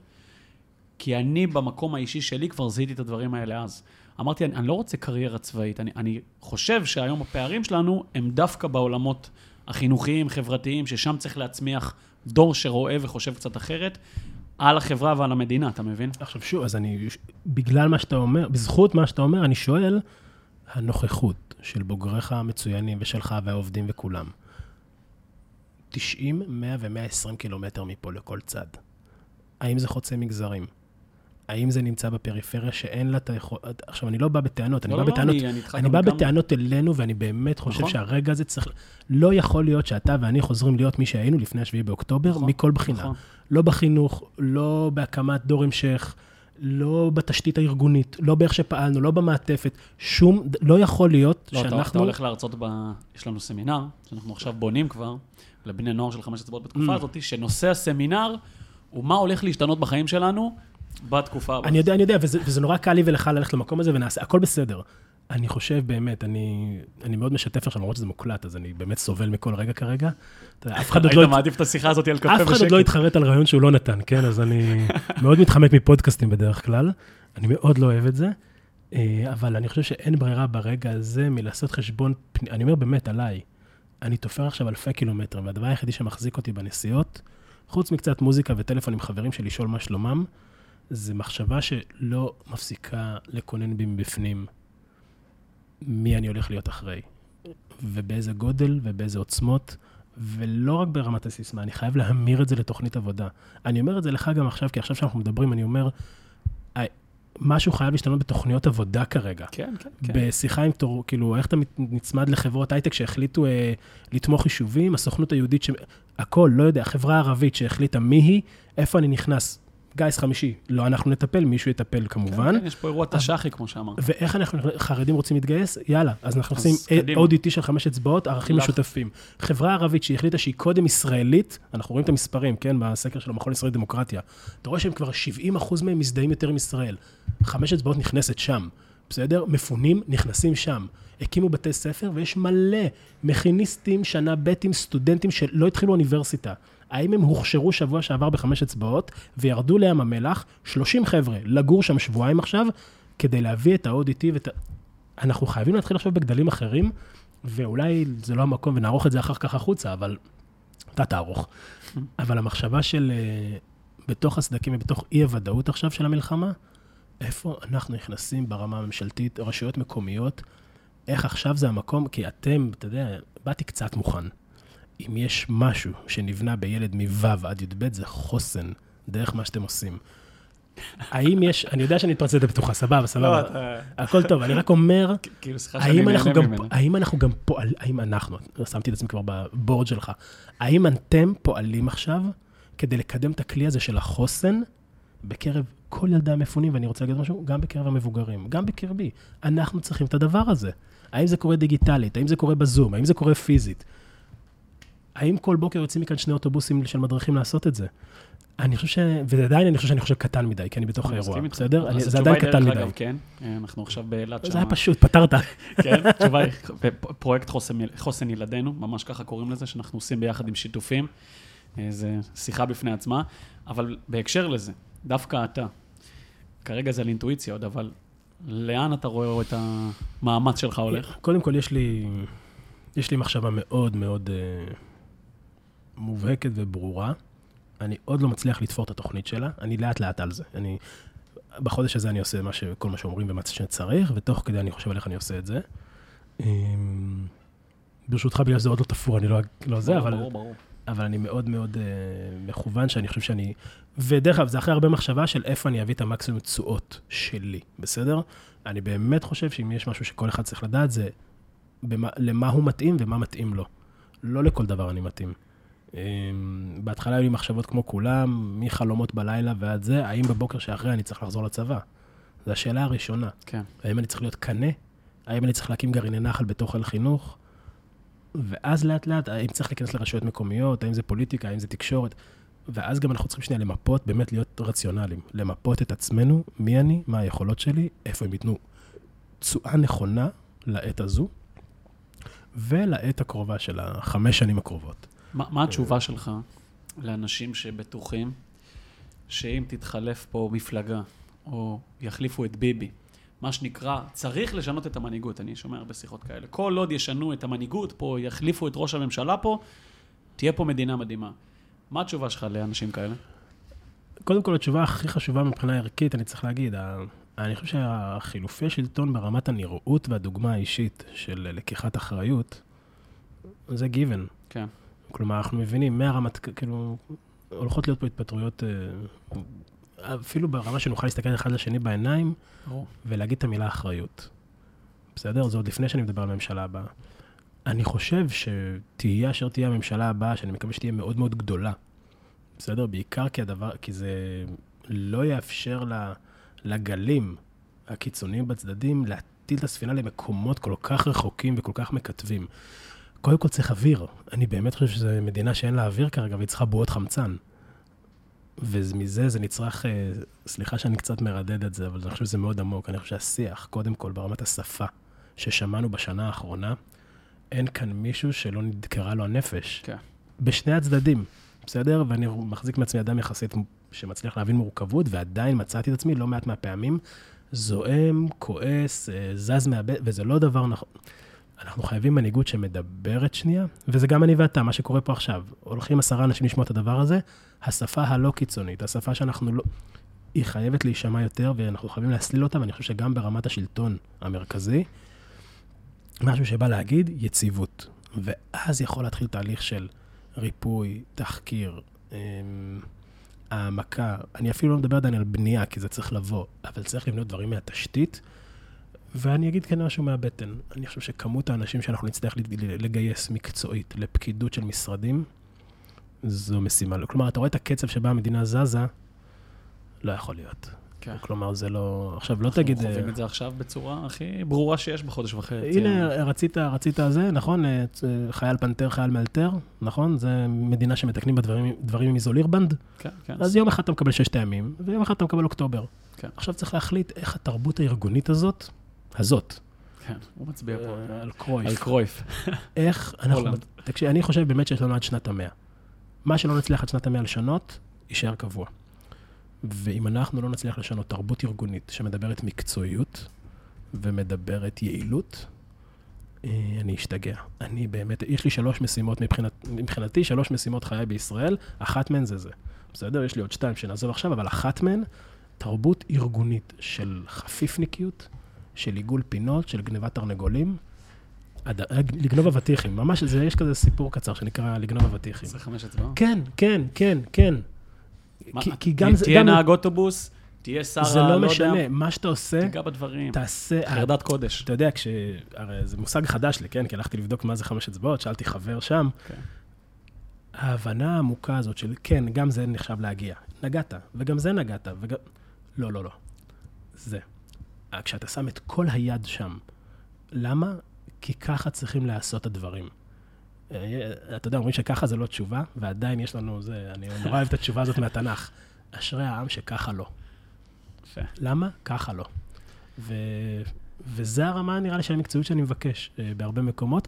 כי אני במקום האישי שלי כבר זיהיתי את הדברים האלה אז. אמרתי, אני לא רוצה קריירה צבאית, אני חושב שהיום הפערים שלנו הם דווקא בעולמות החינוכיים, חברתיים, ששם צריך להצמיח דור שרואה וחושב קצת אחרת, על החברה ועל המדינה, אתה מבין? עכשיו שוב, אז בגלל מה שאתה אומר, בזכות מה שאתה אומר, אני שואל, הנוכחות של בוגריך המצוינים ושלך והעובדים וכולם, 90, 100 ו-120 קילומטר מפה לכל צד. האם זה חוצה מגזרים? האם זה נמצא בפריפריה שאין לה את היכולת... עכשיו, אני לא בא בטענות, אני בא בטענות אלינו, ואני באמת חושב שהרגע הזה צריך... לא יכול להיות שאתה ואני חוזרים להיות מי שהיינו לפני 7 באוקטובר, מכל בחינה. לא בחינוך, לא בהקמת דור המשך, לא בתשתית הארגונית, לא באיך שפעלנו, לא במעטפת, שום... לא יכול להיות שאנחנו... אתה הולך להרצות יש לנו סמינר, שאנחנו עכשיו בונים כבר, לבני נוער של 5 אצבעות בתקופה הזאת, שנושא הסמינר הוא מה הולך להשתנות בחיים שלנו בתקופה הבאה. אני יודע, וזה נורא קל לי ולך ללכת למקום הזה ונעשה, הכל בסדר. אני חושב באמת, אני מאוד משתף עכשיו, למרות שזה מוקלט, אז אני באמת סובל מכל רגע כרגע. היית מעדיף את השיחה הזאת על קפה בשקט. אף אחד עוד לא התחרט על רעיון שהוא לא נתן, כן? אז אני מאוד מתחמק מפודקאסטים בדרך כלל. אני מאוד לא אוהב את זה, אבל אני חושב שאין ברירה ברגע הזה מלעשות חשבון, אני אומר באמת עליי, אני תופר עכשיו 1,000 קילומטרים, והדבר היחידי שמחזיק אותי בנסיעות, חוץ מקצת מוזיקה וטלפון עם חברים שלי לשאול מה שלומם, זה מחשבה שלא מפסיקה לקונן בי מבפנים מי אני הולך להיות אחרי, ובאיזה גודל ובאיזה עוצמות, ולא רק ברמת הסיסמה, אני חייב להמיר את זה לתוכנית עבודה. אני אומר את זה לך גם עכשיו, כי עכשיו שאנחנו מדברים, אני אומר, משהו חייב להשתנות בתוכניות עבודה כרגע. כן. בשיחה עם תור, כאילו, איך אתה נצמד לחברות הייטק שהחליטו לתמוך יישובים, הסוכנות היהודית, הכל, לא יודע, החברה הערבית שהחליטה מי היא, איפה אני נכנס, גייס 5, לא אנחנו נטפל, מישהו יטפל כמובן. כן, יש פה אירוע תשחי, כמו שאמרת. ואיך אנחנו, חרדים רוצים להתגייס? יאללה, אז אנחנו עושים ODT של 5 אצבעות, ערכים משותפים. חברה ערבית שהחליטה שהיא קודם ישראלית, אנחנו רואים את המספרים, כן, בסקר של המכון ישראל דמוקרטיה. אתה רואה שהם כבר 70% מהם מזדהים יותר עם ישראל. 5 אצבעות נכנסת שם, בסדר? מפונים נכנסים שם. הקימו בתי ספר, ויש מלא מכיניסטים, שנה ב' סטודנטים שלא התחילו אוניברסיטה. האם הם הוכשרו שבוע שעבר ב5 אצבעות, וירדו לים המלח, 30 חבר'ה, לגור שם שבועיים עכשיו, כדי להביא את ה-ODT אנחנו חייבים להתחיל עכשיו בגדלים אחרים, ואולי זה לא המקום, ונערוך את זה אחר כך החוצה, אבל אתה תערוך. אבל המחשבה של בתוך הסדקים ובתוך אי הוודאות עכשיו של המלחמה, איפה אנחנו נכנסים ברמה הממשלתית, רשויות מקומיות, איך עכשיו זה המקום, כי אתם, אתה יודע, באתי קצת מוכן. אם יש משהו שנבנה בילד מו' עד י"ב, זה חוסן, דרך מה שאתם עושים. האם יש, אני יודע שאני מתפרצת בפתוחה, סבבה, הכל טוב, אני רק אומר, האם אנחנו גם פועלים, האם אנחנו, שמתי את עצמי כבר בבורד שלך, האם אתם פועלים עכשיו כדי לקדם את הכלי הזה של החוסן בקרב כל ילדי המפונים, ואני רוצה להגיד משהו, גם בקרב המבוגרים, גם בקרבי, אנחנו צריכים את הדבר הזה. האם זה קורה דיגיטלית, האם זה קורה בזום, האם זה קורה פיזית? האם כל בוקר יוצאים מכאן 2 אוטובוסים של מדריכים לעשות את זה? אני חושב ועדיין אני חושב קטן מדי, כי אני בתוך האירוע, בסדר? זה עדיין קטן מדי. כן, אנחנו עכשיו באילת שם. זה היה פשוט, פתרת. כן, התשובה היא פרויקט חוסן ילדינו, ממש ככה קוראים לזה, שאנחנו עושים ביחד עם שיתופים. זה שיחה בפני עצמה, אבל בהקשר לזה, דווקא אתה, כרגע זה על אינטואיציה עוד, אבל לאן אתה רואה את המאמץ שלך הולך? קודם כל, יש לי מחשבה מאוד מאוד מובהקת וברורה. אני עוד לא מצליח לתפור את התוכנית שלה, אני לאט על זה. בחודש הזה אני עושה כל מה שאומרים ומה שצריך, ותוך כדי אני חושב על איך אני עושה את זה. ברשותך, בגלל שזה עוד לא תפור, אני לא זה, אבל אני מאוד מאוד מכוון שאני חושב שאני... ודרך אגב, זה אחרי הרבה מחשבה של איפה אני אביא את המקסימום תשואות שלי, בסדר? אני באמת חושב שאם יש משהו שכל אחד צריך לדעת, זה למה הוא מתאים ומה מתאים לו. לא לכל דבר אני מתאים. בהתחלה היו לי מחשבות כמו כולם, מחלומות בלילה ועד זה, האם בבוקר שאחרי אני צריך לחזור לצבא? זו השאלה הראשונה. כן. האם אני צריך להיות קנה? האם אני צריך להקים גרעיני נחל בתוך חיל חינוך? ואז לאט לאט, האם צריך להיכנס לרשויות מקומיות, האם זה פוליטיקה, האם זה תקשורת? ואז גם אנחנו צריכים שנייה למפות, באמת להיות רציונליים, למפות את עצמנו, מי אני, מה היכולות שלי, איפה הם ייתנו תשואה נכונה לעת הזו, ולעת הקרובה של 5 שנים הקרובות. מה התשובה שלך לאנשים שבטוחים שאם תתחלף פה מפלגה, או יחליפו את ביבי, מה שנקרא, צריך לשנות את המנהיגות, אני שומע הרבה שיחות כאלה, כל עוד ישנו את המנהיגות פה, יחליפו את ראש הממשלה פה, תהיה פה מדינה מדהימה. מה התשובה שלך לאנשים כאלה? קודם כל, התשובה הכי חשובה מבחינה ערכית, אני צריך להגיד, אני חושב שהחילופי שלטון ברמת הנראות והדוגמה האישית של לקיחת אחריות, זה גיוון. כן. כלומר, אנחנו מבינים, מהרמת, כאילו, הולכות להיות פה התפטרויות, אפילו ברמה שנוכל להסתכל אחד לשני בעיניים, ולהגיד את המילה אחריות. בסדר? זה עוד לפני שאני מדבר על הממשלה הבאה. אני חושב שתהיה אשר תהיה הממשלה הבאה, שאני מקווה שתהיה מאוד מאוד גדולה. בסדר? בעיקר כי זה לא יאפשר לגלים הקיצוניים בצדדים להטיל את הספינה למקומות כל כך רחוקים וכל כך מקטבים. קודם כל צריך אוויר. אני באמת חושב שזו מדינה שאין לה אוויר כרגע, והיא צריכה בועות חמצן. ומזה זה נצטרך, סליחה שאני קצת מרדד את זה, אבל אני חושב שזה מאוד עמוק. אני חושב שהשיח, קודם כל, ברמת השפה ששמענו בשנה האחרונה, אין כאן מישהו שלא נדקרה לו הנפש. כן. בשני הצדדים, בסדר? ואני מחזיק מעצמי אדם יחסית שמצליח להבין מורכבות, ועדיין מצאתי את עצמי לא מעט מהפעמים, זועם, כועס, זז מהבית, וזה לא דבר נכון. אנחנו חייבים מנהיגות שמדברת שנייה, וזה גם אני ואתה, מה שקורה פה עכשיו. הולכים 10 אנשים לשמוע את הדבר הזה, השפה הלא קיצונית, השפה שאנחנו לא... היא חייבת להישמע יותר, ואנחנו חייבים להסליל אותה, ואני חושב שגם ברמת השלטון המרכזי, משהו שבא להגיד, יציבות. ואז יכול להתחיל תהליך של ריפוי, תחקיר, העמקה. אני אפילו לא מדבר עדיין על בנייה, כי זה צריך לבוא, אבל צריך לבנות דברים מהתשתית, ואני אגיד כאן משהו מהבטן. אני חושב שכמות האנשים שאנחנו נצטרך לגייס מקצועית לפקידות של משרדים, זו משימה. כלומר, אתה רואה את הקצב שבה המדינה זזה, לא יכול להיות. כן. כלומר, זה לא... עכשיו, לא תגיד... אנחנו חווים את זה עכשיו בצורה הכי ברורה שיש בחודש וחצי. הנה, רצית זה, נכון? חייל פנתר, חייל מאלתר, נכון? זה מדינה שמתקנים בדברים עם איזולירבנד. כן, כן. אז יום אחד אתה מקבל 6 טעמים, ויום אחד אתה מקבל אוקטובר. כן. עכשיו צריך להחליט איך התרבות הארגונית הזאת, כן, הוא מצביע פה. על קרויף. על קרויף. איך אנחנו... תקשיב, אני חושב באמת שיש לנו עד שנת 100. מה שלא נצליח עד שנת 100 לשנות, יישאר קבוע. ואם אנחנו לא נצליח לשנות תרבות ארגונית שמדברת מקצועיות ומדברת יעילות, אני אשתגע. אני באמת, יש לי 3 משימות מבחינתי, 3 משימות חיי בישראל, אחת מהן זה. בסדר? יש לי עוד 2 שנעזוב עכשיו, אבל אחת מהן תרבות ארגונית של חפיפניקיות, של עיגול פינות, של גנבת תרנגולים, לגנוב אבטיחים. ממש, יש כזה סיפור קצר שנקרא לגנוב אבטיחים. זה 5 אצבעות? כן, כן, כן, כן. כי גם זה... תהיה נהג אוטובוס, תהיה שר, זה לא משנה, מה שאתה עושה... תיגע בדברים. תעשה... חרדת קודש. אתה יודע, הרי זה מושג חדש לי, כן? כי הלכתי לבדוק מה זה 5 אצבעות, שאלתי חבר שם. ההבנה העמוקה הזאת של, כן, גם זה נחשב להגיע. נגעת, וגם זה נגעת, וגם... לא, לא, לא. זה. כשאתה שם את כל היד שם, למה? כי ככה צריכים לעשות הדברים. אתה יודע, אומרים שככה זה לא תשובה, ועדיין יש לנו זה, אני נורא אוהב את התשובה הזאת מהתנ"ך. אשרי העם שככה לא. למה? ככה לא. וזה הרמה, נראה לי, של המקצועיות שאני מבקש בהרבה מקומות.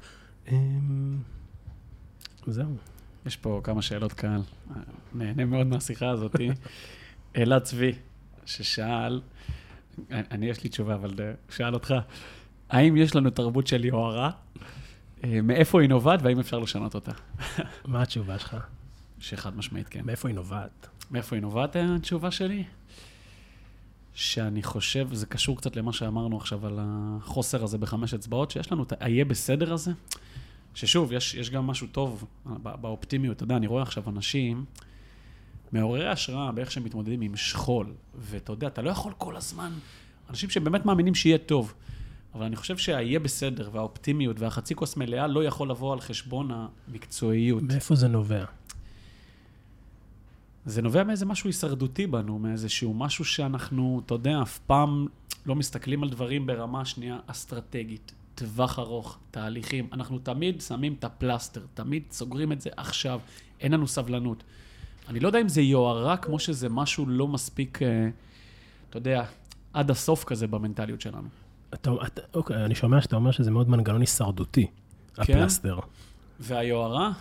זהו. יש פה כמה שאלות קהל. נהנה מאוד מהשיחה הזאת. אלעד צבי, ששאל, אני יש לי תשובה, אבל שאל אותך, האם יש לנו תרבות של יוהרה? מאיפה היא נובעת, והאם אפשר לשנות אותה? מה התשובה שלך? שחד משמעית, כן. מאיפה היא נובעת? מאיפה היא נובעת, התשובה שלי? שאני חושב, זה קשור קצת למה שאמרנו עכשיו על החוסר הזה ב5 אצבעות, שיש לנו את היה בסדר הזה, ששוב, יש גם משהו טוב באופטימיות. אתה יודע, אני רואה עכשיו אנשים מעוררי השראה באיך שהם מתמודדים עם שכול, ואתה יודע, אתה לא יכול כל הזמן, אנשים שבאמת מאמינים שיהיה טוב, אבל אני חושב שההיה בסדר, והאופטימיות והחצי כוס מלאה לא יכול לבוא על חשבון המקצועיות. מאיפה זה נובע? זה נובע מאיזה משהו הישרדותי בנו, מאיזשהו משהו שאנחנו, אתה יודע, אף פעם לא מסתכלים על דברים ברמה שנייה אסטרטגית, טווח ארוך, תהליכים. אנחנו תמיד שמים את הפלסטר, תמיד סוגרים את זה עכשיו, אין לנו סבלנות. אני לא יודע אם זה יוהרה, כמו שזה משהו לא מספיק, אתה יודע, עד הסוף כזה במנטליות שלנו. אוקיי, אני שומע שאתה אומר שזה מאוד מנגנון הישרדותי, הפלסטר. והיוהרה,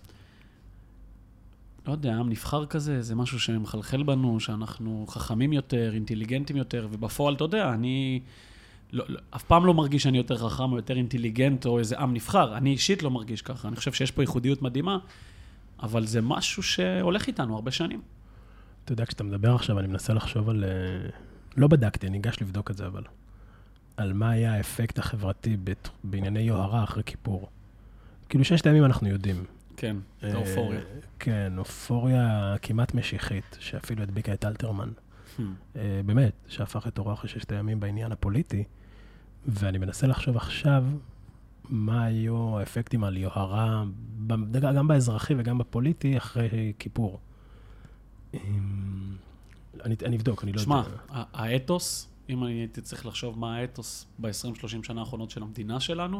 לא יודע, עם נבחר כזה, זה משהו שמחלחל בנו, שאנחנו חכמים יותר, אינטליגנטים יותר, ובפועל, אתה יודע, אני אף פעם לא מרגיש שאני יותר חכם או יותר אינטליגנט או איזה עם נבחר. אני אישית לא מרגיש ככה. אני חושב שיש פה ייחודיות מדהימה, אבל זה משהו שהולך איתנו הרבה שנים. אתה יודע, כשאתה מדבר עכשיו, אני מנסה לחשוב על... לא בדקתי, אני אגש לבדוק את זה, אבל... על מה היה האפקט החברתי בענייני יוהרה אחרי כיפור. כאילו 6 ימים אנחנו יודעים. כן, זה אופוריה. כן, אופוריה כמעט משיחית, שאפילו הדביקה את אלתרמן. באמת, שהפך את אורו אחרי 6 ימים בעניין הפוליטי, ואני מנסה לחשוב עכשיו מה היו האפקטים על יוהרה, גם באזרחי וגם בפוליטי, אחרי כיפור. אני אבדוק, אני לא יודע. שמע, האתוס, אם אני הייתי צריך לחשוב מה האתוס ב-20-30 שנה האחרונות של המדינה שלנו,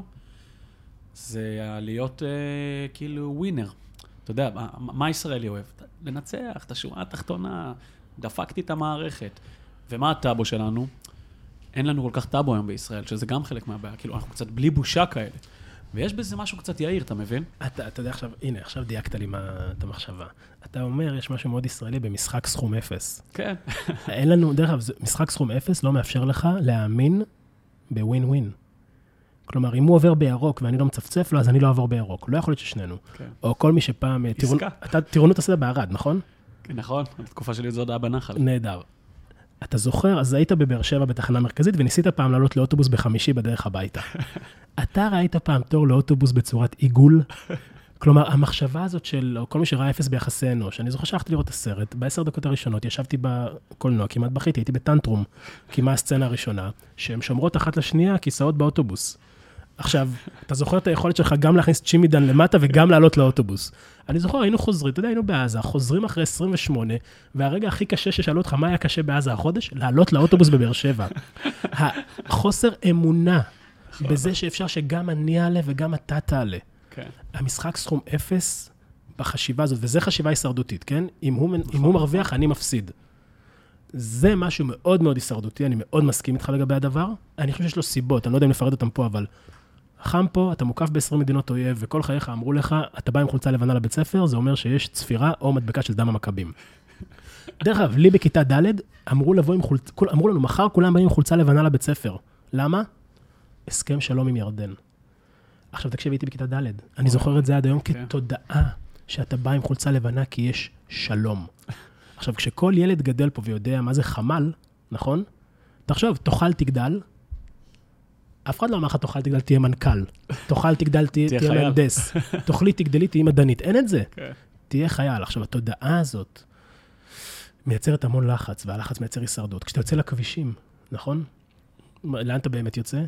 זה להיות כאילו ווינר. אתה יודע, מה ישראלי אוהב? לנצח, את השורה התחתונה, דפקתי את המערכת. ומה הטאבו שלנו? אין לנו כל כך טאבו היום בישראל, שזה גם חלק מהבעיה. כאילו, אנחנו קצת בלי בושה כאלה. ויש בזה משהו קצת יאיר, אתה מבין? אתה יודע עכשיו, הנה, עכשיו דייקת לי את המחשבה. אתה אומר, יש משהו מאוד ישראלי במשחק סכום 0. כן. אין לנו, דרך אגב, משחק סכום 0 לא מאפשר לך להאמין בווין ווין. כלומר, אם הוא עובר בירוק ואני לא מצפצף לו, אז אני לא אעבור בירוק. לא יכול להיות ששנינו. כן. או כל מי שפעם... עסקה. אתה טירונות עשית בערד, נכון? נכון, בתקופה שלי זו עוד היה בנחל. נהדר. אתה זוכר, אז היית בבאר שבע בתחנה מרכזית, וניסית פעם לעלות לאוטובוס ב5 בדרך הביתה. אתה ראית פעם תור לאוטובוס בצורת עיגול? כלומר, המחשבה הזאת של כל מי שראה 0 ביחסי אנוש, אני זוכר שהלכתי לראות את הסרט, ב10 דקות הראשונות ישבתי בקולנוע, כמעט בכיתי, הייתי בטנטרום, כי מה הסצנה הראשונה, שהן שומרות אחת לשנייה, כיסאות באוטובוס. עכשיו, אתה זוכר את היכולת שלך גם להכניס צ'ימידן למטה וגם לעלות לאוטובוס. אני זוכר, היינו חוזרים, אתה יודע, היינו בעזה, חוזרים אחרי 28, והרגע הכי קשה ששאלו אותך מה היה קשה בעזה החודש, לעלות לאוטובוס בבאר שבע. החוסר אמונה בזה שאפשר שגם אני אעלה וגם אתה תעלה. כן. המשחק סכום 0 בחשיבה הזאת, וזה חשיבה הישרדותית, כן? אם הוא מרוויח, אני מפסיד. זה משהו מאוד מאוד הישרדותי, אני מאוד מסכים איתך לגבי הדבר. אני חושב שיש לו סיבות, אני לא יודע אם לפרט אותם פה, אבל חם פה, אתה מוקף ב20 מדינות אויב, וכל חייך אמרו לך, אתה בא עם חולצה לבנה לבית ספר, זה אומר שיש צפירה או מדבקה של דם המכבים. דרך אגב, לי בכיתה ד' אמרו לנו, מחר כולם באים עם חולצה לבנה לבית ספר. למה? הסכם שלום עם ירדן. עכשיו תקשיב, הייתי בכיתה ד', אני זוכר את זה עד היום כתודעה שאתה בא עם חולצה לבנה כי יש שלום. עכשיו, כשכל ילד גדל פה ויודע מה זה חמל, נכון? תחשוב, תאכל תגדל, אף אחד לא אמר לך, תאכל תגדל, תהיה מנכ"ל. תאכל תגדל, תהיה מהנדס. תאכלי תגדלי, תהיה מדענית. אין את זה. תהיה חייל. עכשיו, התודעה הזאת מייצרת המון לחץ, והלחץ מייצר הישרדות. כשאתה יוצא לכבישים, נכון? לאן אתה באמת יוצא?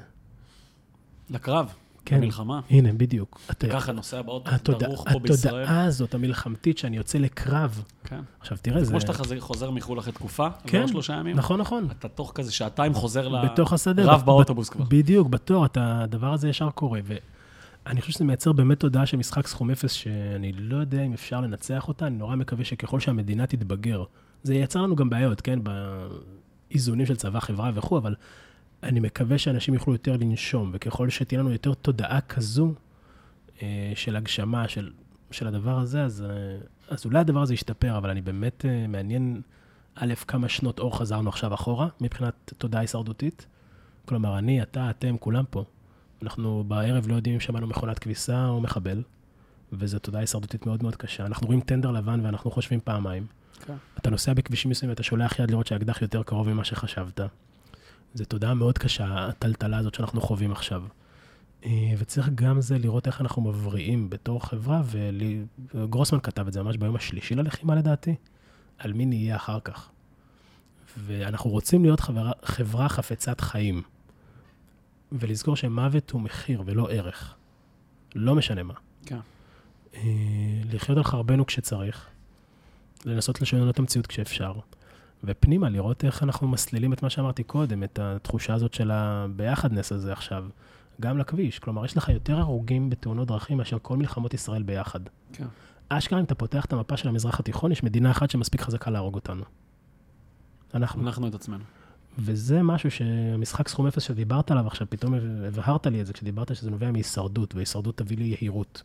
לקרב, כן. למלחמה. הנה, בדיוק. ככה נוסע באוטו, דרוך פה בישראל. התודעה הזאת, המלחמתית, שאני יוצא לקרב. כן. עכשיו, תראה, זה... כמו שאתה חוזר מחול אחרי תקופה, כן, לא 3 ימים. נכון, נכון. אתה תוך כזה שעתיים חוזר בתוך השדה. לרב באוטובוס כבר. בדיוק, בתור, הדבר הזה ישר קורה. ואני חושב שזה מייצר באמת תודעה של משחק סכום אפס, שאני לא יודע אם אפשר לנצח אותה, אני נורא מקווה שככל שהמדינה תתבגר, זה ייצר לנו גם בעיות, כן? באיזונים של צבא, חברה וכו', אבל אני מקווה שאנשים יוכלו יותר לנשום, וככל שתהיה לנו יותר תודעה כזו של הגשמה, של הדבר הזה, אז אולי הדבר הזה ישתפר, אבל אני באמת מעניין, א', כמה שנות אור חזרנו עכשיו אחורה, מבחינת תודעה הישרדותית. כלומר, אני, אתה, אתם, כולם פה. אנחנו בערב לא יודעים אם שמענו מכונת כביסה או מחבל, וזו תודעה הישרדותית מאוד מאוד קשה. אנחנו רואים טנדר לבן ואנחנו חושבים פעמיים. Okay. אתה נוסע בכבישים מסוימים ואתה שולח יד לראות שהאקדח יותר קרוב ממה שחשבת. זו תודעה מאוד קשה, הטלטלה הזאת שאנחנו חווים עכשיו. וצריך גם זה לראות איך אנחנו מבריאים בתור חברה, וגרוסמן כתב את זה ממש ביום השלישי ללחימה לדעתי, על מי נהיה אחר כך. ואנחנו רוצים להיות חברה חפצת חיים, ולזכור שמוות הוא מחיר ולא ערך. לא משנה מה. כן. לחיות על חרבנו כשצריך, לנסות לשנות את המציאות כשאפשר, ופנימה לראות איך אנחנו מסלילים את מה שאמרתי קודם, את התחושה הזאת של הביחדנס הזה עכשיו, גם לכביש. כלומר, יש לך יותר הרוגים בתאונות דרכים מאשר כל מלחמות ישראל ביחד. כן. אשכרה, אם אתה פותח את המפה של המזרח התיכון, יש מדינה אחת שמספיק חזקה להרוג אותנו. אנחנו את עצמנו. וזה משהו שהמשחק סכום אפס שדיברת עליו עכשיו, פתאום הבהרת לי את זה, כשדיברת שזה נובע מהישרדות, והישרדות תביא לי יהירות.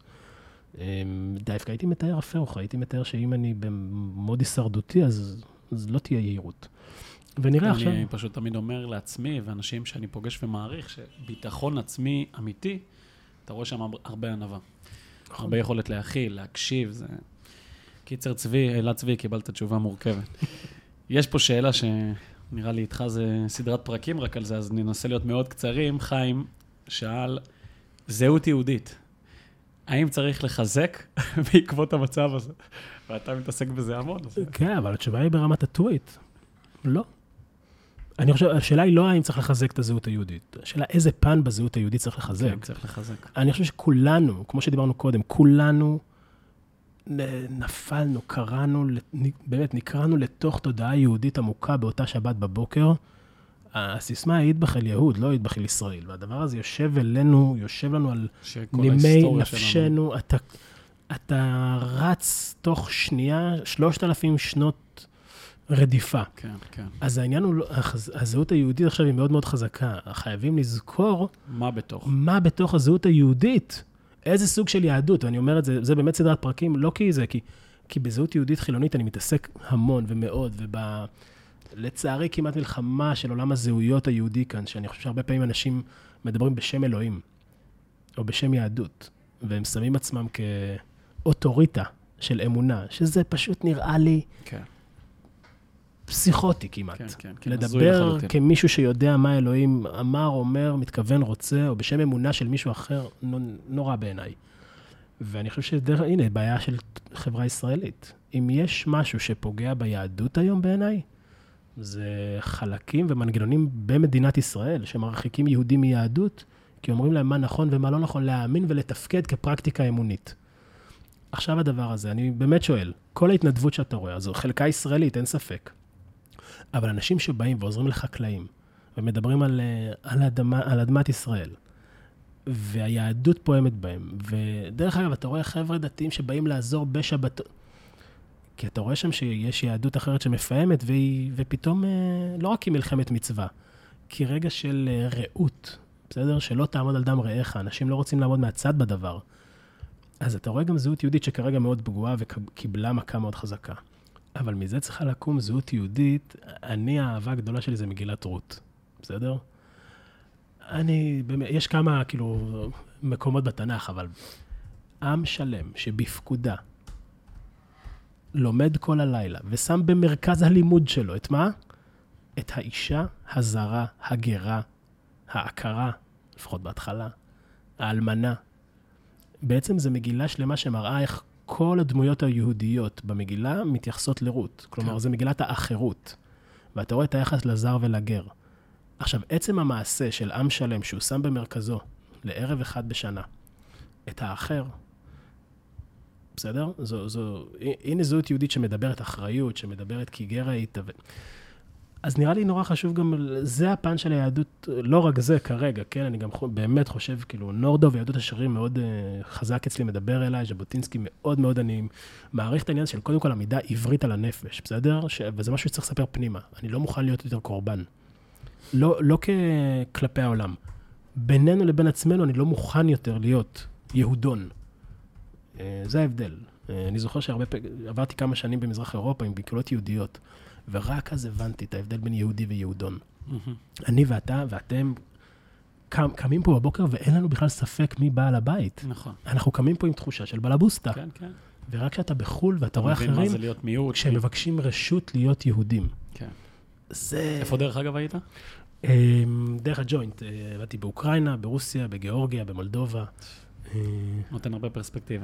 דווקא הייתי מתאר הפוך, הייתי מתאר שאם אני במוד הישרדותי, אז לא תהיה יהירות. ונראה עכשיו... אני פשוט תמיד אומר לעצמי, ואנשים שאני פוגש ומעריך, שביטחון עצמי אמיתי, אתה רואה שם הרבה ענווה. הרבה יכולת להכיל, להקשיב, זה... קיצר אלעד צבי, קיבלת תשובה מורכבת. יש פה שאלה שנראה לי איתך זה סדרת פרקים רק על זה, אז ננסה להיות מאוד קצרים. חיים שאל, זהות יהודית. האם צריך לחזק בעקבות המצב הזה? ואתה מתעסק בזה המון. כן, אבל התשובה היא ברמת הטוויט. לא. אני חושב, השאלה היא לא האם צריך לחזק את הזהות היהודית. השאלה איזה פן בזהות היהודית צריך לחזק. כן, צריך לחזק. אני חושב שכולנו, כמו שדיברנו קודם, כולנו נפלנו, קראנו, באמת נקראנו לתוך תודעה יהודית עמוקה באותה שבת בבוקר. הסיסמה היא ידבח אל יהוד, לא ידבח אל ישראל. והדבר הזה יושב אלינו, יושב לנו על נימי נפשנו. אתה רץ תוך שנייה 3,000 שנות רדיפה. כן, כן. אז העניין הוא, הזהות היהודית עכשיו היא מאוד מאוד חזקה. חייבים לזכור... מה בתוך הזהות היהודית. איזה סוג של יהדות. ואני אומר את זה, זה באמת סדרת פרקים, לא כי זה, כי בזהות יהודית חילונית אני מתעסק המון ומאוד, לצערי כמעט מלחמה של עולם הזהויות היהודי כאן, שאני חושב שהרבה פעמים אנשים מדברים בשם אלוהים, או בשם יהדות, והם שמים עצמם כאוטוריטה של אמונה, שזה פשוט נראה לי כן. פסיכוטי כמעט. כן, כן, כן. לדבר כמישהו שיודע מה אלוהים אמר, אומר, מתכוון, רוצה, או בשם אמונה של מישהו אחר, נורא בעיניי. ואני חושב שזה, הנה, בעיה של חברה ישראלית. אם יש משהו שפוגע ביהדות היום בעיניי, זה חלקים ומנגנונים במדינת ישראל, שמרחיקים יהודים מיהדות, כי אומרים להם מה נכון ומה לא נכון, להאמין ולתפקד כפרקטיקה אמונית. עכשיו הדבר הזה, אני באמת שואל, כל ההתנדבות שאתה רואה, זו חלקה ישראלית, אין ספק. אבל אנשים שבאים ועוזרים לחקלאים, ומדברים על אדמת ישראל, והיהדות פועמת בהם, ודרך אגב, אתה רואה חבר'ה דתיים שבאים לעזור בשבת, כי אתה רואה שם שיש יהדות אחרת שמפעמת, ופתאום לא רק היא מלחמת מצווה, כי רגע של רעות, בסדר? שלא תעמוד על דם רעך, אנשים לא רוצים לעמוד מהצד בדבר. אז אתה רואה גם זהות יהודית שכרגע מאוד פגועה וקיבלה מכה מאוד חזקה. אבל מזה צריכה לקום זהות יהודית, האהבה הגדולה שלי זה מגילת רות, בסדר? יש כמה כאילו מקומות בתנ"ך, אבל עם שלם שבפקודה לומד כל הלילה ושם במרכז הלימוד שלו את מה? את האישה הזרה, הגרה, העקרה, לפחות בהתחלה, האלמנה. בעצם זו מגילה שלמה שמראה איך כל הדמויות היהודיות במגילה מתייחסות לרות. כלומר, זו מגילת האחרות. ואתה רואה את היחס לזר ולגר. עכשיו, עצם המעשה של עם שלם שהוא שם במרכזו לערב אחד בשנה, את האחר, בסדר? הנה זהות יהודית שמדברת אחריות, שמדברת כי גר היית. אז נראה לי נורא חשוב גם, זה הפן של היהדות, לא רק זה כרגע, כן? אני גם באמת חושב, כאילו, נורדו ויהדות השרירים מאוד חזק אצלי מדבר אליי, ז'בוטינסקי מאוד מאוד, אני מעריך את העניין של קודם כל עמידה עברית על הנפש, בסדר? וזה משהו שצריך לספר פנימה. אני לא מוכן להיות יותר קורבן. לא כלפי העולם. בינינו לבין עצמנו, אני לא מוכן יותר להיות יהודון. זה ההבדל. אני זוכר עברתי כמה שנים במזרח אירופה עם קהילות יהודיות, ורק אז הבנתי את ההבדל בין יהודי ויהודון. אני ואתה ואתם קמים פה בבוקר ואין לנו בכלל ספק מי בעל הבית. נכון. אנחנו קמים פה עם תחושה של בלבוסטה. כן, כן. ורק כשאתה בחול ואתה רואה אחרים, מה זה להיות מיעוט. כשמבקשים רשות להיות יהודים. כן. זה... איפה דרך אגב היית? דרך הג'וינט. עבדתי באוקראינה, ברוסיה, בגיאורגיה, במולדובה. נותן הרבה פרספקטיבה.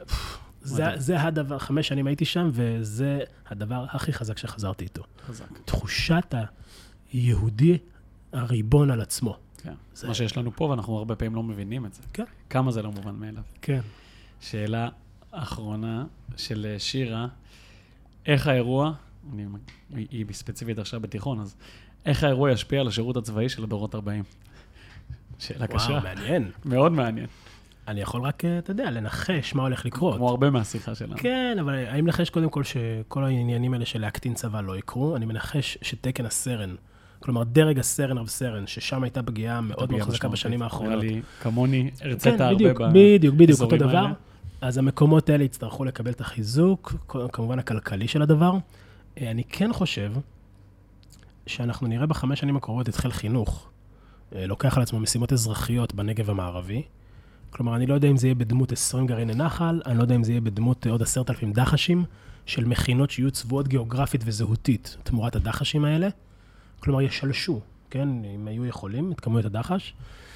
זה הדבר, 5 שנים הייתי שם, וזה הדבר הכי חזק שחזרתי איתו. חזק. תחושת היהודי הריבון על עצמו. כן. מה שיש לנו פה, ואנחנו הרבה פעמים לא מבינים את זה. כן. כמה זה לא מובן מאליו. כן. שאלה אחרונה של שירה, איך האירוע, היא ספציפית עכשיו בתיכון, אז איך האירוע ישפיע על השירות הצבאי של הדורות 40? שאלה קשה. וואו, מעניין. מאוד מעניין. אני יכול רק, אתה יודע, לנחש מה הולך לקרות. כמו הרבה מהשיחה שלנו. כן, אבל האם לנחש קודם כל שכל העניינים האלה של להקטין צבא לא יקרו? אני מנחש שתקן הסרן, כלומר דרג הסרן רב סרן, ששם הייתה פגיעה מאוד מאוד חזקה בשנים האחרונות. נראה לי, כמוני, הרצית הרבה בדיוק, אותו דבר. אז המקומות האלה יצטרכו לקבל את החיזוק, כמובן הכלכלי של הדבר. אני כן חושב שאנחנו נראה ב5 שנים הקרובות את חיל חינוך, לוקח על עצמו משימות אזרחיות בנגב המערבי. כלומר, אני לא יודע אם זה יהיה בדמות 20 גרעיני נחל, אני לא יודע אם זה יהיה בדמות עוד 10,000 דחשים, של מכינות שיהיו צבועות גיאוגרפית וזהותית תמורת הדחשים האלה. כלומר, ישלשו, כן, אם היו יכולים, את כמויות הדחש.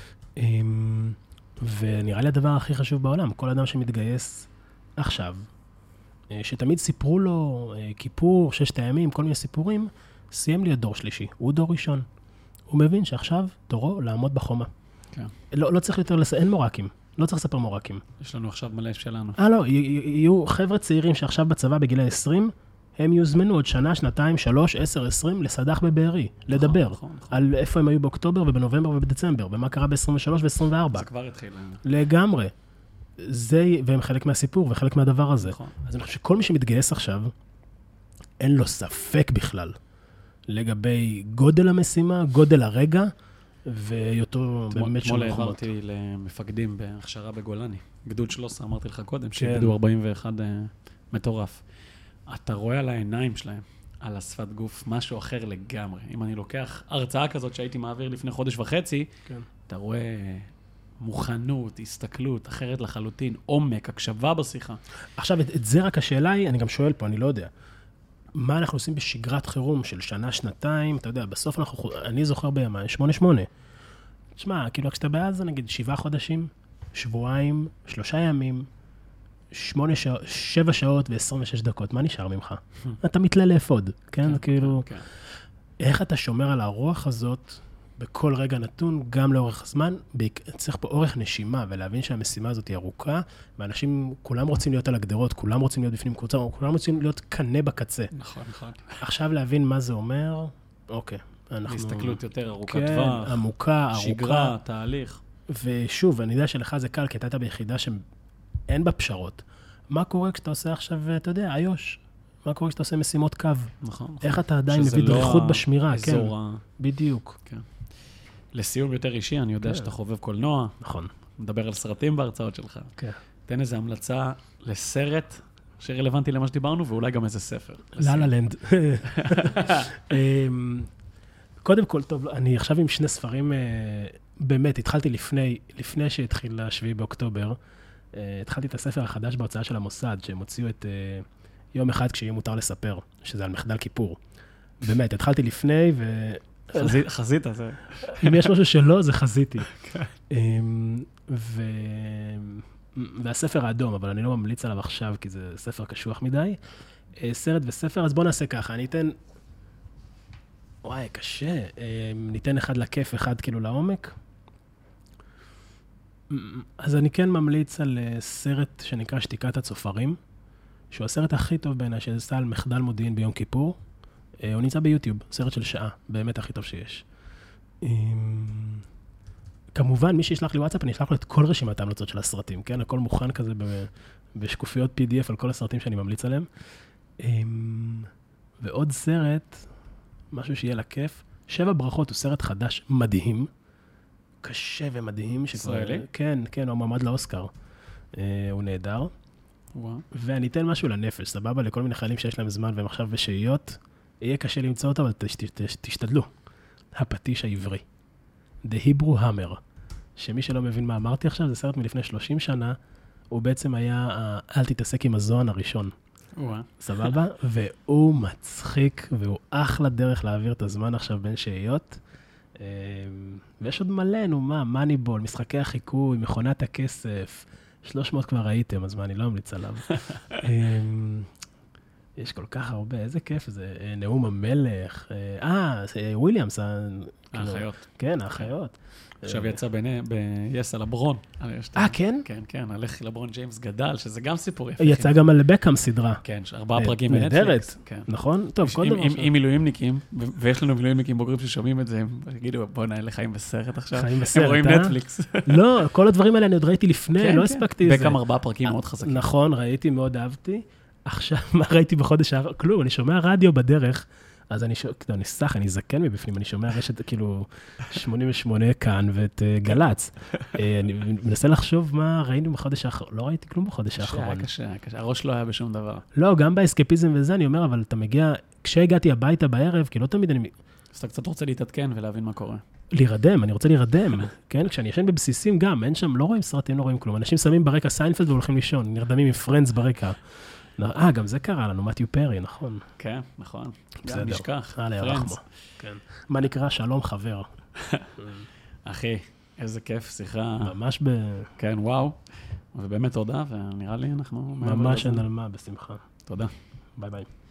ונראה לי הדבר הכי חשוב בעולם, כל אדם שמתגייס עכשיו, שתמיד סיפרו לו, כיפור, 6 הימים, כל מיני סיפורים, סיים להיות דור שלישי, הוא דור ראשון. הוא מבין שעכשיו תורו לעמוד בחומה. כן. לא צריך יותר, אין מורקים, לא צריך לספר מורקים. יש לנו עכשיו מלא שלנו. לא, יהיו חבר'ה צעירים שעכשיו בצבא בגיל 20, הם יוזמנו עוד שנה, 2, 3, 10, 20, לסדח בבארי, לדבר. על איפה הם היו באוקטובר ובנובמבר ובדצמבר, ומה קרה ב-23 ו-24. זה כבר התחיל. לגמרי. והם חלק מהסיפור וחלק מהדבר הזה. אז אני חושב שכל מי שמתגייס עכשיו, אין לו ספק בכלל, לגבי גודל המשימה, גודל הרגע, והיותו באמת שמול העברתי למפקדים בהכשרה בגולני. גדוד 13, אמרתי לך קודם, שאיבדו 41 מטורף. אתה רואה על העיניים שלהם, על השפת גוף, משהו אחר לגמרי. אם אני לוקח הרצאה כזאת שהייתי מעביר לפני חודש וחצי, אתה רואה מוכנות, הסתכלות, אחרת לחלוטין, עומק, הקשבה בשיחה. עכשיו, את זה רק השאלה היא, אני גם שואל פה, אני לא יודע. מה אנחנו עושים בשגרת חירום של שנה, שנתיים, אתה יודע, בסוף אני זוכר בימי, 8-8. תשמע, כאילו, כשאתה בעזה, נגיד, 7 חודשים, שבועיים, 3 ימים, 7 שעות ו-26 דקות, מה נשאר ממך? אתה מתלה לאפוד, כן? כאילו, איך אתה שומר על הרוח הזאת בכל רגע נתון, גם לאורך הזמן? צריך פה אורך נשימה, ולהבין שהמשימה הזאת היא ארוכה, ואנשים, כולם רוצים להיות על הגדרות, כולם רוצים להיות בפנים קבוצה, כולם רוצים להיות קנה בקצה. נכון, נכון. עכשיו להבין מה זה אומר, אוקיי. הסתכלות יותר ארוכת טווח, עמוקה, ארוכה. שגרה, תהליך. ושוב, אני יודע שלך זה קל, כי אתה ביחידה שאין בה פשרות. מה קורה כשאתה עושה עכשיו, אתה יודע, איוש? מה קורה כשאתה עושה משימות קו? נכון. איך אתה עדיין מביא דריכות בשמירה? כן, בדיוק. כן. לסיום יותר אישי, אני יודע שאתה חובב קולנוע. נכון. מדבר על סרטים בהרצאות שלך. כן. תן איזו המלצה לסרט שרלוונטי למה שדיברנו, ואולי גם איזה ספר. לה לה לנד. קודם כל, טוב, אני עכשיו עם 2 ספרים, באמת, התחלתי לפני שהתחיל 7 באוקטובר, התחלתי את הספר החדש בהוצאה של המוסד, שהם הוציאו את יום אחד כשיהיה מותר לספר, שזה על מחדל כיפור. באמת, התחלתי לפני, חזית, זה... אם יש משהו שלא, זה חזיתי. והספר האדום, אבל אני לא ממליץ עליו עכשיו, כי זה ספר קשוח מדי. סרט וספר, אז בוא נעשה ככה, אני אתן... וואי, קשה. ניתן אחד לכיף, אחד כאילו לעומק. אז אני כן ממליץ על סרט שנקרא שתיקת הצופרים, שהוא הסרט הכי טוב בעיניי, שזה על מחדל מודיעין ביום כיפור. הוא נמצא ביוטיוב, סרט של שעה, באמת הכי טוב שיש. כמובן, מי שישלח לי וואטסאפ, אני אשלח לו את כל רשימת ההמלצות של הסרטים, כן? הכל מוכן כזה בשקופיות PDF על כל הסרטים שאני ממליץ עליהם. ועוד סרט, משהו שיהיה לכיף, 7 ברכות הוא סרט חדש מדהים, קשה ומדהים. ישראלי? כן, כן, הוא מועמד לאוסקר. הוא נהדר. ואני אתן משהו לנפש, סבבה? לכל מיני חיילים שיש להם זמן והם עכשיו בשהיות, יהיה קשה למצוא אותו, אבל תשתדלו. הפטיש העברי. The Hebrew Hammer. שמי שלא מבין מה אמרתי עכשיו, זה סרט מלפני 30 שנה, הוא בעצם היה אל תתעסק עם הזוהן הראשון. סבבה? והוא מצחיק, והוא אחלה דרך להעביר את הזמן עכשיו בין שהיות. ויש עוד מלא, נו מה, מאניבול, משחקי החיקוי, מכונת הכסף, 300 כבר ראיתם, אז מה, אני לא ממליץ עליו. יש כל כך הרבה, איזה כיף, זה נאום המלך. וויליאמס. האחיות. כן, האחיות. עכשיו יצא ב-yes על לברון. כן? כן, כן, על איך לברון ג'יימס גדל, שזה גם סיפור יפה. יצא גם על בקאם סדרה. כן, 4 פרקים בנטפליקס. נהדרת, נכון? טוב, כל דבר. עם מילואימניקים, ויש לנו מילואימניקים בוגרים ששומעים את זה, הם יגידו, בוא נעלה לחיים בסרט עכשיו. חיים בסרט, הם רואים נטפליקס. לא, כל הדברים האלה אני עוד ראיתי לפני, לא הספקתי את זה. בקאם 4 פרקים מאוד חזקים. נכון, ראיתי, מאוד אהבתי. עכשיו, מה ראיתי בחודש האחרון? כלום, אני שומע רדיו בדרך, אז אני סך, אני זקן מבפנים, אני שומע רשת כאילו 88 כאן ואת גלץ. אני מנסה לחשוב מה ראינו בחודש האחרון, לא ראיתי כלום בחודש האחרון. היה קשה, הראש לא היה בשום דבר. לא, גם באסקפיזם וזה, אני אומר, אבל אתה מגיע, כשהגעתי הביתה בערב, כי לא תמיד אני... אז אתה קצת רוצה להתעדכן ולהבין מה קורה. להירדם, אני רוצה להירדם, כן? כשאני ישן בבסיסים גם, אין שם, לא רואים סרטים, לא רואים כלום. אנשים שמים ברקע סיינפלד והולכים לישון, נרדמים עם פרנדס ברקע. גם זה קרה לנו, מתיו פרי, נכון? כן, נכון. בסדר. נשכח, פרנדס. מה נקרא? שלום חבר. אחי, איזה כיף, שיחה. ממש כן, וואו. ובאמת תודה, ונראה לי אנחנו... ממש אין על מה, בשמחה. תודה. ביי ביי.